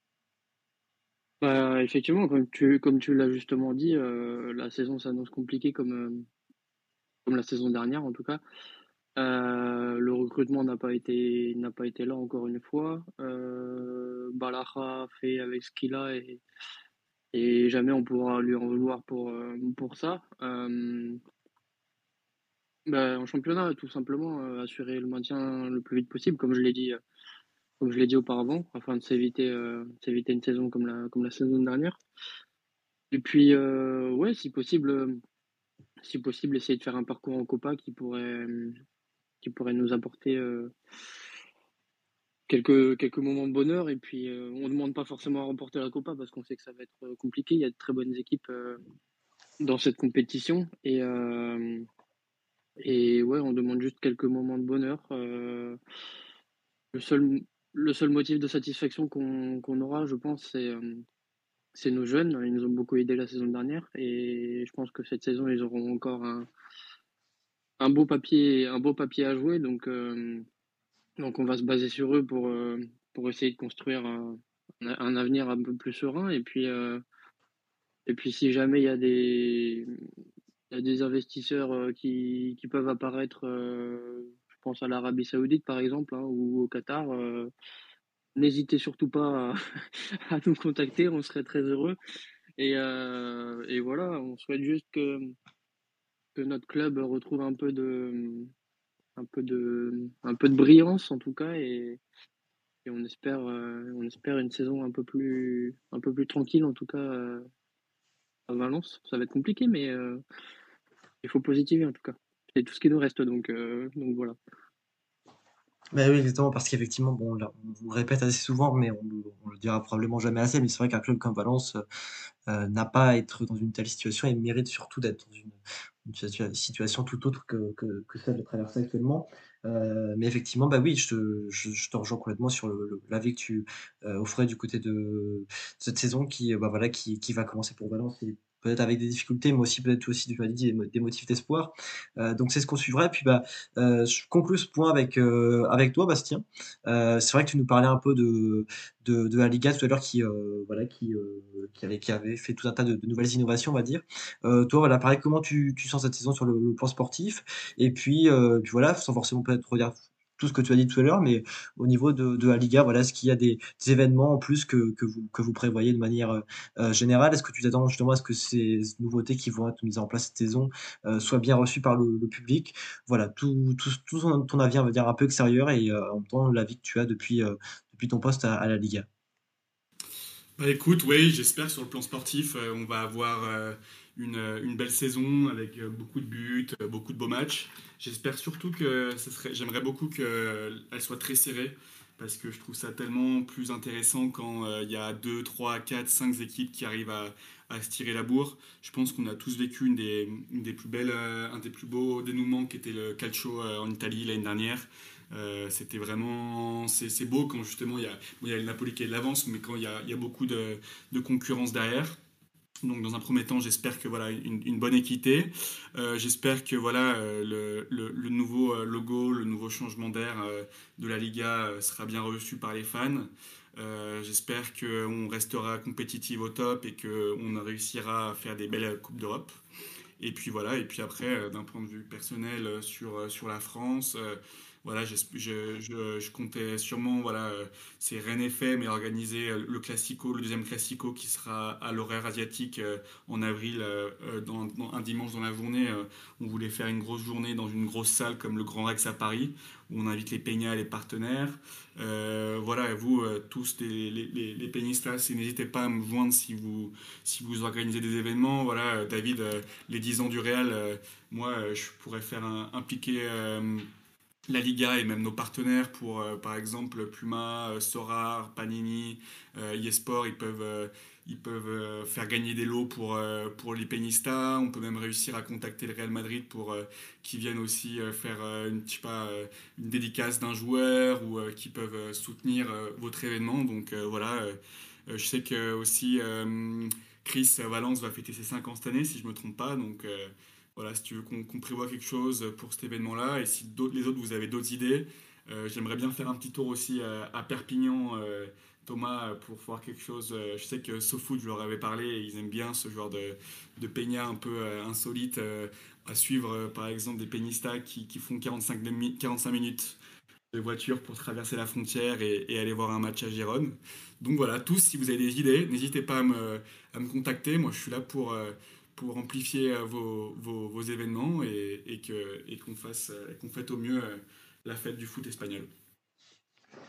Bah, effectivement, comme tu, comme tu l'as justement dit, euh, la saison s'annonce compliquée comme, euh, comme la saison dernière en tout cas. Euh, le recrutement n'a pas été n'a pas été là encore une fois. Euh, Balaja fait avec ce qu'il a et, et jamais on pourra lui en vouloir pour, euh, pour ça. Euh, bah, en championnat, tout simplement, euh, assurer le maintien le plus vite possible, comme je l'ai dit. Euh, comme je l'ai dit auparavant, afin de s'éviter euh, s'éviter une saison comme la, comme la saison dernière. Et puis, euh, ouais, si possible, euh, si possible, essayer de faire un parcours en Copa qui pourrait, qui pourrait nous apporter, euh, quelques, quelques moments de bonheur. Et puis, euh, on ne demande pas forcément à remporter la Copa parce qu'on sait que ça va être compliqué. Il y a de très bonnes équipes euh, dans cette compétition. Et, euh, et ouais, on demande juste quelques moments de bonheur. Euh, le seul, le seul motif de satisfaction qu'on qu'on aura, je pense, c'est euh, c'est nos jeunes. Ils nous ont beaucoup aidés la saison dernière. Et je pense que cette saison, ils auront encore un, un beau papier, un beau papier à jouer. Donc, euh, donc on va se baser sur eux pour, euh, pour essayer de construire un, un avenir un peu plus serein. Et puis, euh, et puis si jamais il y a des, il y a des investisseurs euh, qui, qui peuvent apparaître, euh, je pense à l'Arabie Saoudite par exemple, hein, ou au Qatar, euh, n'hésitez surtout pas à, à nous contacter, on serait très heureux. Et, euh, et voilà, on souhaite juste que, que notre club retrouve un peu de, un peu de, un peu de brillance en tout cas, et, et on espère, euh, on espère une saison un peu plus, un peu plus tranquille en tout cas euh, à Valence. Ça va être compliqué, mais euh, il faut positiver en tout cas. C'est tout ce qui nous reste, donc, euh, donc voilà. Bah oui, exactement, parce qu'effectivement, bon, là, on le répète assez souvent, mais on, le- on le dira probablement jamais assez, mais c'est vrai qu'un club comme Valence euh, n'a pas à être dans une telle situation et mérite surtout d'être dans une, une situa- situation tout autre que, que, que celle de traverser actuellement. Euh, mais effectivement, bah oui, je, te- je, je te rejoins complètement sur le, le- l'avis que tu euh, offrais du côté de cette saison qui, euh, bah voilà, qui, qui va commencer pour Valence et peut-être avec des difficultés, mais aussi peut-être aussi, tu as dit, des, mo- des motifs d'espoir. Euh, donc c'est ce qu'on suivra. Et puis bah, euh, je conclue ce point avec, euh, avec toi, Bastien. Euh, c'est vrai que tu nous parlais un peu de, de, de la Liga tout à l'heure qui, euh, voilà, qui, euh, qui, avait, qui avait fait tout un tas de, de nouvelles innovations, on va dire. Euh, toi, voilà, pareil, comment tu, tu sens cette saison sur le, le plan sportif? Et puis, euh, puis voilà, sans forcément peut-être redire tout ce que tu as dit tout à l'heure, mais au niveau de, de la Liga, voilà, est-ce qu'il y a des, des événements en plus que, que, vous, que vous prévoyez de manière euh, euh, générale? Est-ce que tu t'attends justement à ce que ces nouveautés qui vont être mises en place cette saison euh, soient bien reçues par le, le public? Voilà, tout, tout, tout ton, ton avis, on va dire, un peu extérieur et euh, en même temps l'avis que tu as depuis, euh, depuis ton poste à, à la Liga. Bah écoute, oui, j'espère sur le plan sportif, euh, on va avoir euh, une, euh, une belle saison avec euh, beaucoup de buts, euh, beaucoup de beaux matchs. J'espère surtout que ça serait, j'aimerais beaucoup qu'elle soit très serrée parce que je trouve ça tellement plus intéressant quand euh, il y a deux, trois, quatre, cinq équipes qui arrivent à, à se tirer la bourre. Je pense qu'on a tous vécu une des, une des plus belles, euh, un des plus beaux dénouements qui était le calcio euh, en Italie l'année dernière. Euh, c'était vraiment c'est, c'est beau quand justement il y a, bon, il y a le Napoli qui est de l'avance, mais quand il y a, il y a beaucoup de, de concurrence derrière. Donc dans un premier temps, j'espère que voilà une, une bonne équité. Euh, j'espère que voilà euh, le, le, le nouveau euh, logo, le nouveau changement d'air euh, de la Liga euh, sera bien reçu par les fans. Euh, j'espère qu'on restera compétitif au top et qu'on réussira à faire des belles coupes d'Europe. Et puis voilà, et puis après, euh, d'un point de vue personnel euh, sur, euh, sur la France, euh, voilà, je, je, je, je comptais sûrement, voilà, euh, c'est Rennes F M, mais organiser euh, le Classico, le deuxième Classico qui sera à l'horaire asiatique euh, en avril, euh, euh, dans, dans un dimanche dans la journée. Euh, on voulait faire une grosse journée dans une grosse salle comme le Grand Rex à Paris, où on invite les Peñas et les partenaires. Euh, voilà, vous euh, tous les, les, les, les Peñistas, n'hésitez pas à me joindre si vous, si vous organisez des événements. Voilà, euh, David, euh, les dix ans du Real, euh, moi euh, je pourrais faire un, impliquer euh, la Liga et même nos partenaires pour, euh, par exemple, Puma, euh, Sorar, Panini, euh, eSport, ils peuvent, euh, ils peuvent euh, faire gagner des lots pour, euh, pour les Peñistas. On peut même réussir à contacter le Real Madrid pour euh, qu'ils viennent aussi euh, faire euh, une, je sais pas, euh, une dédicace d'un joueur ou euh, qui peuvent euh, soutenir euh, votre événement. Donc euh, voilà, euh, je sais que aussi euh, Chris Valence va fêter ses cinq ans cette année, si je ne me trompe pas. Donc euh, voilà, si tu veux qu'on, qu'on prévoit quelque chose pour cet événement-là, et si les autres, vous avez d'autres idées, euh, j'aimerais bien faire un petit tour aussi à, à Perpignan, euh, Thomas, pour voir quelque chose. Euh, je sais que SoFoot, je leur avais parlé, et ils aiment bien ce genre de, de peña un peu euh, insolite euh, à suivre, euh, par exemple, des peñistas qui, qui font quarante-cinq, quarante-cinq minutes de voiture pour traverser la frontière et, et aller voir un match à Gérone. Donc voilà, tous, si vous avez des idées, n'hésitez pas à me, à me contacter. Moi, je suis là pour... Euh, pour amplifier euh, vos, vos, vos événements et, et, que, et qu'on fasse, euh, qu'on fête au mieux euh, la fête du foot espagnol.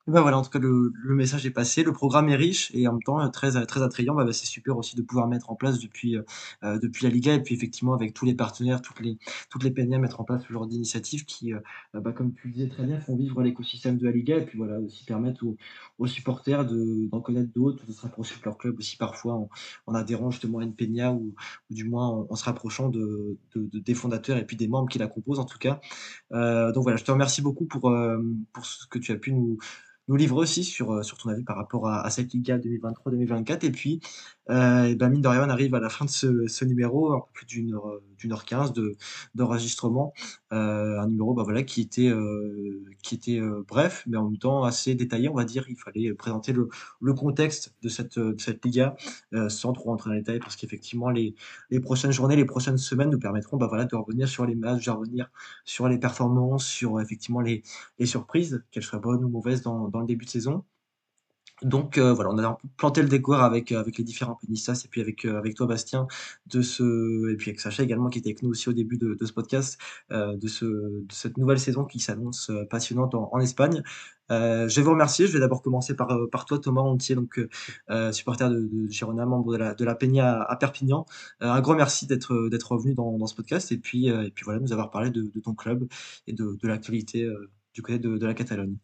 Et bah, voilà, en tout cas, le le message est passé. Le programme est riche et en même temps, heu, très a très attrayant. Bah, bah, c'est super aussi de pouvoir mettre en place depuis, heu heu, depuis la Liga et puis effectivement avec tous les partenaires, toutes les toutes les peñas, mettre en place ce genre d'initiatives qui, heu, bah, comme tu le disais très bien, font vivre l'écosystème de la Liga et puis voilà, aussi permettre aux aux supporters de d'en connaître d'autres, de se rapprocher de leur club aussi parfois en en adhérant justement à une peña ou ou du moins en en se rapprochant de de de des fondateurs et puis des membres qui la composent en tout cas. Heu, donc voilà, je te remercie beaucoup pour, hem, pour ce que tu as pu nous nous livrer aussi sur, heu, sur ton avis par rapport à à cette Liga deux mille vingt-trois-deux mille vingt-quatre et puis, heu et bah, mine de rien, on arrive à la fin de ce ce numéro, un peu plus d'une heure, heu, d'une heure quinze de d'enregistrement. Heu, un numéro, bah, voilà, qui était, heu, qui était, heu, bref, mais en même temps assez détaillé, on va dire. Il fallait présenter le le contexte de cette, heu, de cette Liga, heu, sans trop rentrer dans les détails parce qu'effectivement les les prochaines journées, les prochaines semaines nous permettront, bah, voilà, de revenir sur les matchs, de revenir sur les performances, sur effectivement les les surprises, qu'elles soient bonnes ou mauvaises dans dans le début de saison. Donc heu, voilà, on a un peu planté le décor avec, heu, avec les différents Pénistas et puis avec, heu, avec toi Bastien de ce et puis avec Sacha également qui était avec nous aussi au début de de ce podcast, heu, de ce de cette nouvelle saison qui s'annonce, heu, passionnante en en Espagne. Heu, je vais vous remercier, je vais d'abord commencer par, heu, par toi Thomas Hontier donc heu heu, supporter de de Girona, membre de la de la Peña à Perpignan. Heu, un grand merci d'être, heu, d'être revenu dans dans ce podcast et puis, heu et puis voilà, nous avoir parlé de de ton club et de de l'actualité, heu, du côté de de la Catalogne.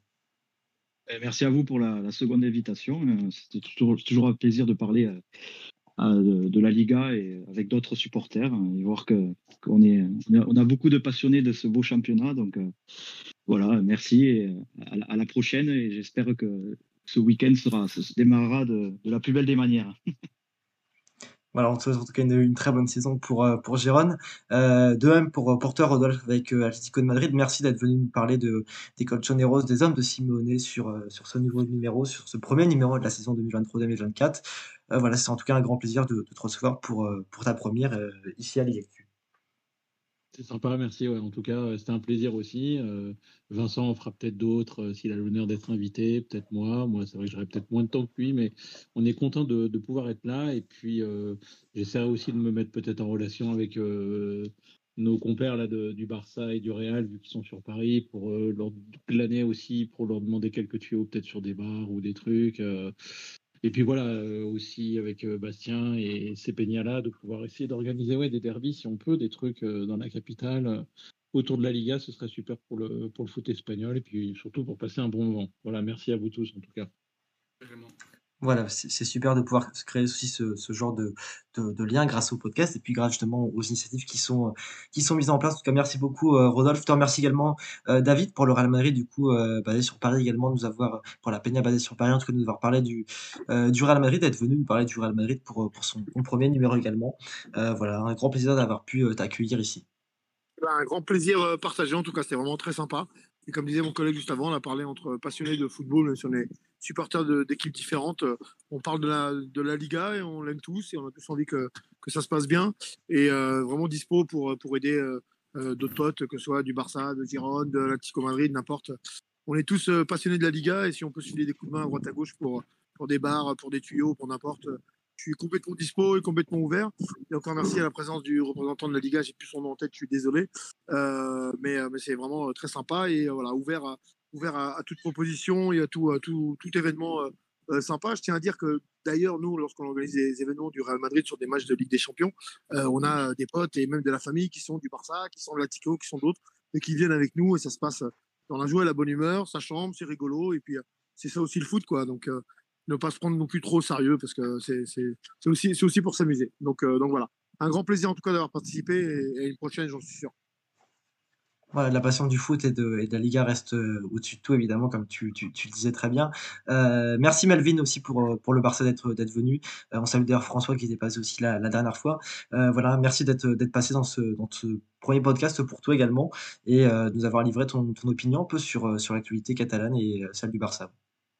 Et merci à vous pour la la seconde invitation, heu, c'était toujours toujours un plaisir de parler, heu heu, de de la Liga et avec d'autres supporters, hein, et voir que qu'on est on a on a beaucoup de passionnés de ce beau championnat donc heu, voilà, merci et heu, à la à la prochaine et j'espère que ce week-end sera se se démarrera de de la plus belle des manières. Voilà, on te souhaite en tout cas une une très bonne saison pour, heu, pour Gérone. Heu, de même pour, heu, pour toi Rodolphe avec, heu, Atlético de Madrid. Merci d'être venu nous parler de des Colchoneros, des hommes de Simeone sur, heu, sur ce nouveau numéro, sur ce premier numéro de la saison deux mille vingt-trois-deux mille vingt-quatre. Heu, voilà, c'est en tout cas un grand plaisir de de te recevoir pour, heu, pour ta première re ici à Ligue Actu. C'est sympa, merci, ouais, en tout cas, heu, c'était un plaisir aussi, heu, Vincent en fera peut-être d'autres, heu, s'il a l'honneur d'être invité, peut-être moi. Moi, c'est vrai que j'aurai peut-être moins de temps que lui, mais on est content de de pouvoir être là et puis, heu, j'essaierai aussi de me mettre peut-être en relation avec, heu, nos compères là de du Barça et du Real, vu qu'ils sont sur Paris pour, heu, leur toute l'année aussi, pour leur demander quelques tuyaux peut-être sur des bars ou des trucs, heu et puis voilà, heu, aussi avec, heu, Bastien et ces Peñas-là, de pouvoir essayer d'organiser, ouais, des derbys si on peut, des trucs, heu, dans la capitale, heu, autour de la Liga, ce serait super pour le pour le foot espagnol et puis surtout pour passer un bon moment. Voilà, merci à vous tous en tout cas. Voilà, c'est c'est super de pouvoir se créer aussi ce ce genre de de de lien grâce au podcast et puis grâce justement aux initiatives qui sont, heu, qui sont mises en place. En tout cas, merci beaucoup, heu, Rodolphe. Je te remercie également, heu, David pour le Real Madrid du coup, heu, basé sur Paris également, de nous avoir pour la Peña basée sur Paris, en tout cas de nous avoir parlé du, heu, du Real Madrid, d'être venu nous parler du Real Madrid pour, heu, pour son son premier numéro également. Heu, voilà, un grand plaisir d'avoir pu, heu, t'accueillir ici. Bah, un grand plaisir euh, partagé, en tout cas, c'était vraiment très sympa. Et comme disait mon collègue juste avant, on a parlé entre passionnés de football, si on est supporters de- d'équipes différentes. euh, On parle de la, de la Liga et on l'aime tous et on a tous envie que, que ça se passe bien. Et euh, vraiment dispo pour, pour aider euh, euh, d'autres potes, que ce soit du Barça, de Girone, de l'Atlético Madrid, n'importe. On est tous euh, passionnés de la Liga et si on peut se filer des coups de main à droite à gauche pour, pour des bars, pour des tuyaux, pour n'importe, je suis complètement dispo et complètement ouvert. Et encore merci à la présence du représentant de la Liga, j'ai plus son nom en tête, je suis désolé. Euh, mais euh, mais c'est vraiment euh, très sympa et euh, voilà, ouvert à, ouvert à, à toute proposition et à tout, à tout, tout événement euh, euh, sympa. Je tiens à dire que d'ailleurs, nous, lorsqu'on organise des événements du Real Madrid sur des matchs de Ligue des Champions, euh, on a euh, des potes et même de la famille qui sont du Barça, qui sont de l'Atlético, qui sont d'autres, et qui viennent avec nous et ça se passe dans la joie et la bonne humeur, ça chambre, c'est rigolo et puis euh, c'est ça aussi le foot, quoi. Donc, euh, ne pas se prendre non plus trop au sérieux parce que c'est c'est- c'est aussi, c'est aussi pour s'amuser. Donc, euh, donc voilà. Un grand plaisir en tout cas d'avoir participé et, et une prochaine, j'en suis sûr. Voilà, la passion du foot et de et de la Liga reste, heu, au-dessus de tout évidemment comme tu tu tu le disais très bien. Heu, merci Melvin aussi pour, heu, pour le Barça d'être d'être venu. Heu, on salue d'ailleurs François qui était passé aussi la la dernière fois. Heu, voilà, merci d'être, d'être passé dans ce dans ce premier podcast pour toi également et heu, de nous avoir livré ton ton opinion un peu sur, heu, sur l'actualité catalane et heu, celle du Barça.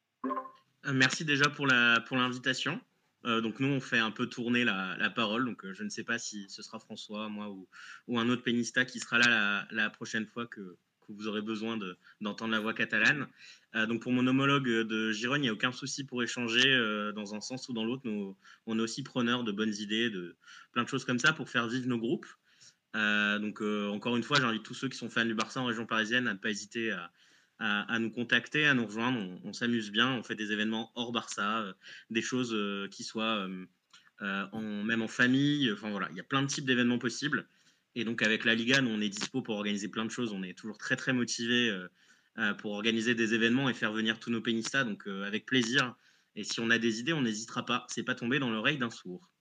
Euh, merci déjà pour la pour l'invitation. Euh, donc nous, on fait un peu tourner la, la parole. Donc euh, je ne sais pas si ce sera François, moi ou, ou un autre pénista qui sera là la, la prochaine fois que, que vous aurez besoin de, d'entendre la voix catalane. Euh, donc pour mon homologue de Gironne, il n'y a aucun souci pour échanger euh, dans un sens ou dans l'autre. Nous, on est aussi preneurs de bonnes idées, de plein de choses comme ça pour faire vivre nos groupes. Euh, donc euh, encore une fois, j'invite tous ceux qui sont fans du Barça en région parisienne à ne pas hésiter à à, à nous contacter, à nous rejoindre. On, on s'amuse bien, on fait des événements hors Barça, euh, des choses euh, qui soient euh, euh, en, même en famille. Enfin voilà, il y a plein de types d'événements possibles. Et donc avec la Liga, nous on est dispo pour organiser plein de choses. On est toujours très très motivés euh, euh, pour organiser des événements et faire venir tous nos pénistas. Donc euh, avec plaisir. Et si on a des idées, on n'hésitera pas. C'est pas tombé dans l'oreille d'un sourd.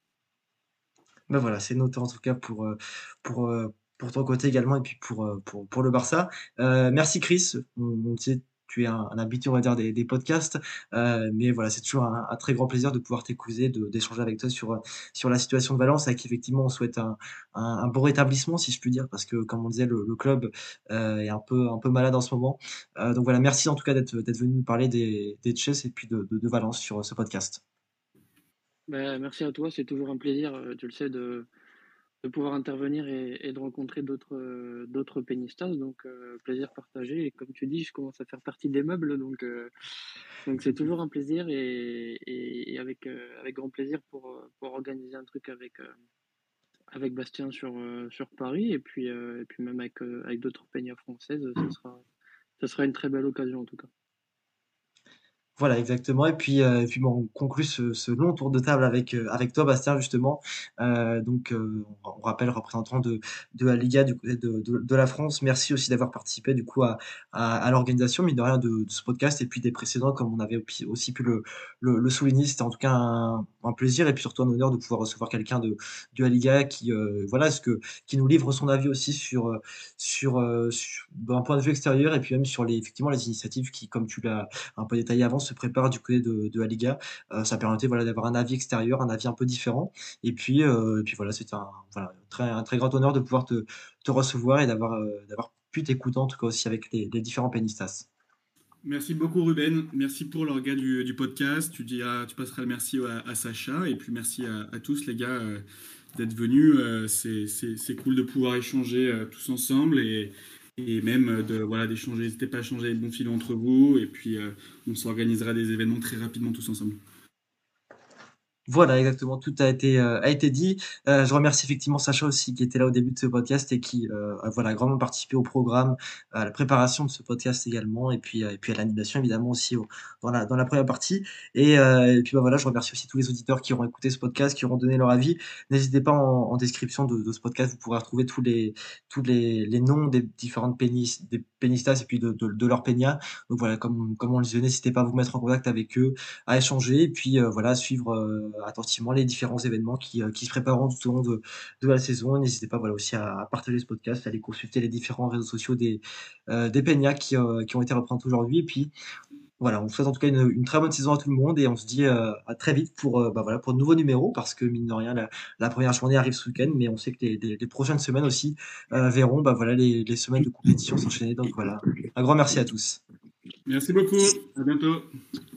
Ben voilà, c'est noté en tout cas pour, euh, pour, euh, pour ton côté également et puis pour, euh, pour, pour le Barça. Euh, merci Chris. On, on sait, tu es un, un habitué, on va dire, des, des podcasts. Euh, mais voilà, c'est toujours un, un très grand plaisir de pouvoir t'écouter, de, d'échanger avec toi sur, sur la situation de Valence, avec effectivement, on souhaite un, un, un bon rétablissement, si je puis dire, parce que comme on disait, le, le club euh, est un peu, un peu malade en ce moment. Euh, donc voilà, merci en tout cas d'être, d'être venu nous parler des, des Chess et puis de, de, de Valence sur ce podcast. Ben, merci à toi, c'est toujours un plaisir, euh, tu le sais, de, de pouvoir intervenir et, et de rencontrer d'autres euh, d'autres pénistas. Donc, euh, plaisir partagé. Et comme tu dis, je commence à faire partie des meubles. Donc, euh, donc c'est toujours un plaisir et, et, et avec, euh, avec grand plaisir pour, euh, pour organiser un truc avec, euh, avec Bastien sur, euh, sur Paris. Et puis, euh, et puis même avec, euh, avec d'autres peñas françaises, ce sera, ce sera une très belle occasion en tout cas. Voilà, exactement. Et puis, euh, et puis bon, on conclut ce, ce long tour de table avec, euh, avec toi, Bastien, justement. Euh, donc, euh, on, on rappelle, représentant de, de la Liga du côté de, de, de la France. Merci aussi d'avoir participé, du coup, à, à, à l'organisation, mine de rien, de, de ce podcast et puis des précédents, comme on avait aussi pu le, le, le souligner. C'était en tout cas un, un plaisir et puis surtout un honneur de pouvoir recevoir quelqu'un de, de la Liga qui, euh, voilà, ce que, qui nous livre son avis aussi sur, euh, sur, euh, sur d'un point de vue extérieur et puis même sur les, effectivement, les initiatives qui, comme tu l'as un peu détaillé avant, se prépare du côté de, de la Liga. Euh, ça permettait voilà, d'avoir un avis extérieur, un avis un peu différent. Et puis, euh, et puis voilà, c'était un, voilà, très, un très grand honneur de pouvoir te, te recevoir et d'avoir, euh, d'avoir pu t'écouter, en tout cas aussi avec les, les différents pénistas. Merci beaucoup Ruben, merci pour l'orga du, du podcast. Tu, diras, tu passeras le merci à, à Sacha et puis merci à, à tous les gars euh, d'être venus. Euh, c'est, c'est, c'est cool de pouvoir échanger euh, tous ensemble et et même de voilà d'échanger, n'hésitez pas à changer les bons filons entre vous et puis euh, on s'organisera des événements très rapidement tous ensemble. Voilà, exactement, tout a été, euh, a été dit. Euh, je remercie effectivement Sacha aussi qui était là au début de ce podcast et qui euh, a voilà, grandement participé au programme, à la préparation de ce podcast également et puis, euh, et puis à l'animation évidemment aussi au, dans, la, dans la première partie. Et, euh, et puis bah, voilà, je remercie aussi tous les auditeurs qui auront écouté ce podcast, qui auront donné leur avis. N'hésitez pas en, en description de, de ce podcast, vous pourrez retrouver tous les, tous les, les noms des différentes pénis, des pénistas et puis de, de, de leurs peñas. Donc voilà, comme, comme on le disait, n'hésitez pas à vous mettre en contact avec eux, à échanger et puis euh, voilà, suivre euh, attentivement les différents événements qui, euh, qui se prépareront tout au long de, de la saison. N'hésitez pas voilà, aussi à, à partager ce podcast, à aller consulter les différents réseaux sociaux des, euh, des peñas qui, euh, qui ont été représentés aujourd'hui. Et puis voilà, on souhaite en tout cas une, une très bonne saison à tout le monde et on se dit euh, à très vite pour, euh, bah, voilà, pour de nouveaux numéros parce que mine de rien, la, la première journée arrive ce week-end, mais on sait que les, les, les prochaines semaines aussi euh, verront bah, voilà, les, les semaines de compétition s'enchaîner. Donc voilà, un grand merci à tous. Merci beaucoup, à bientôt.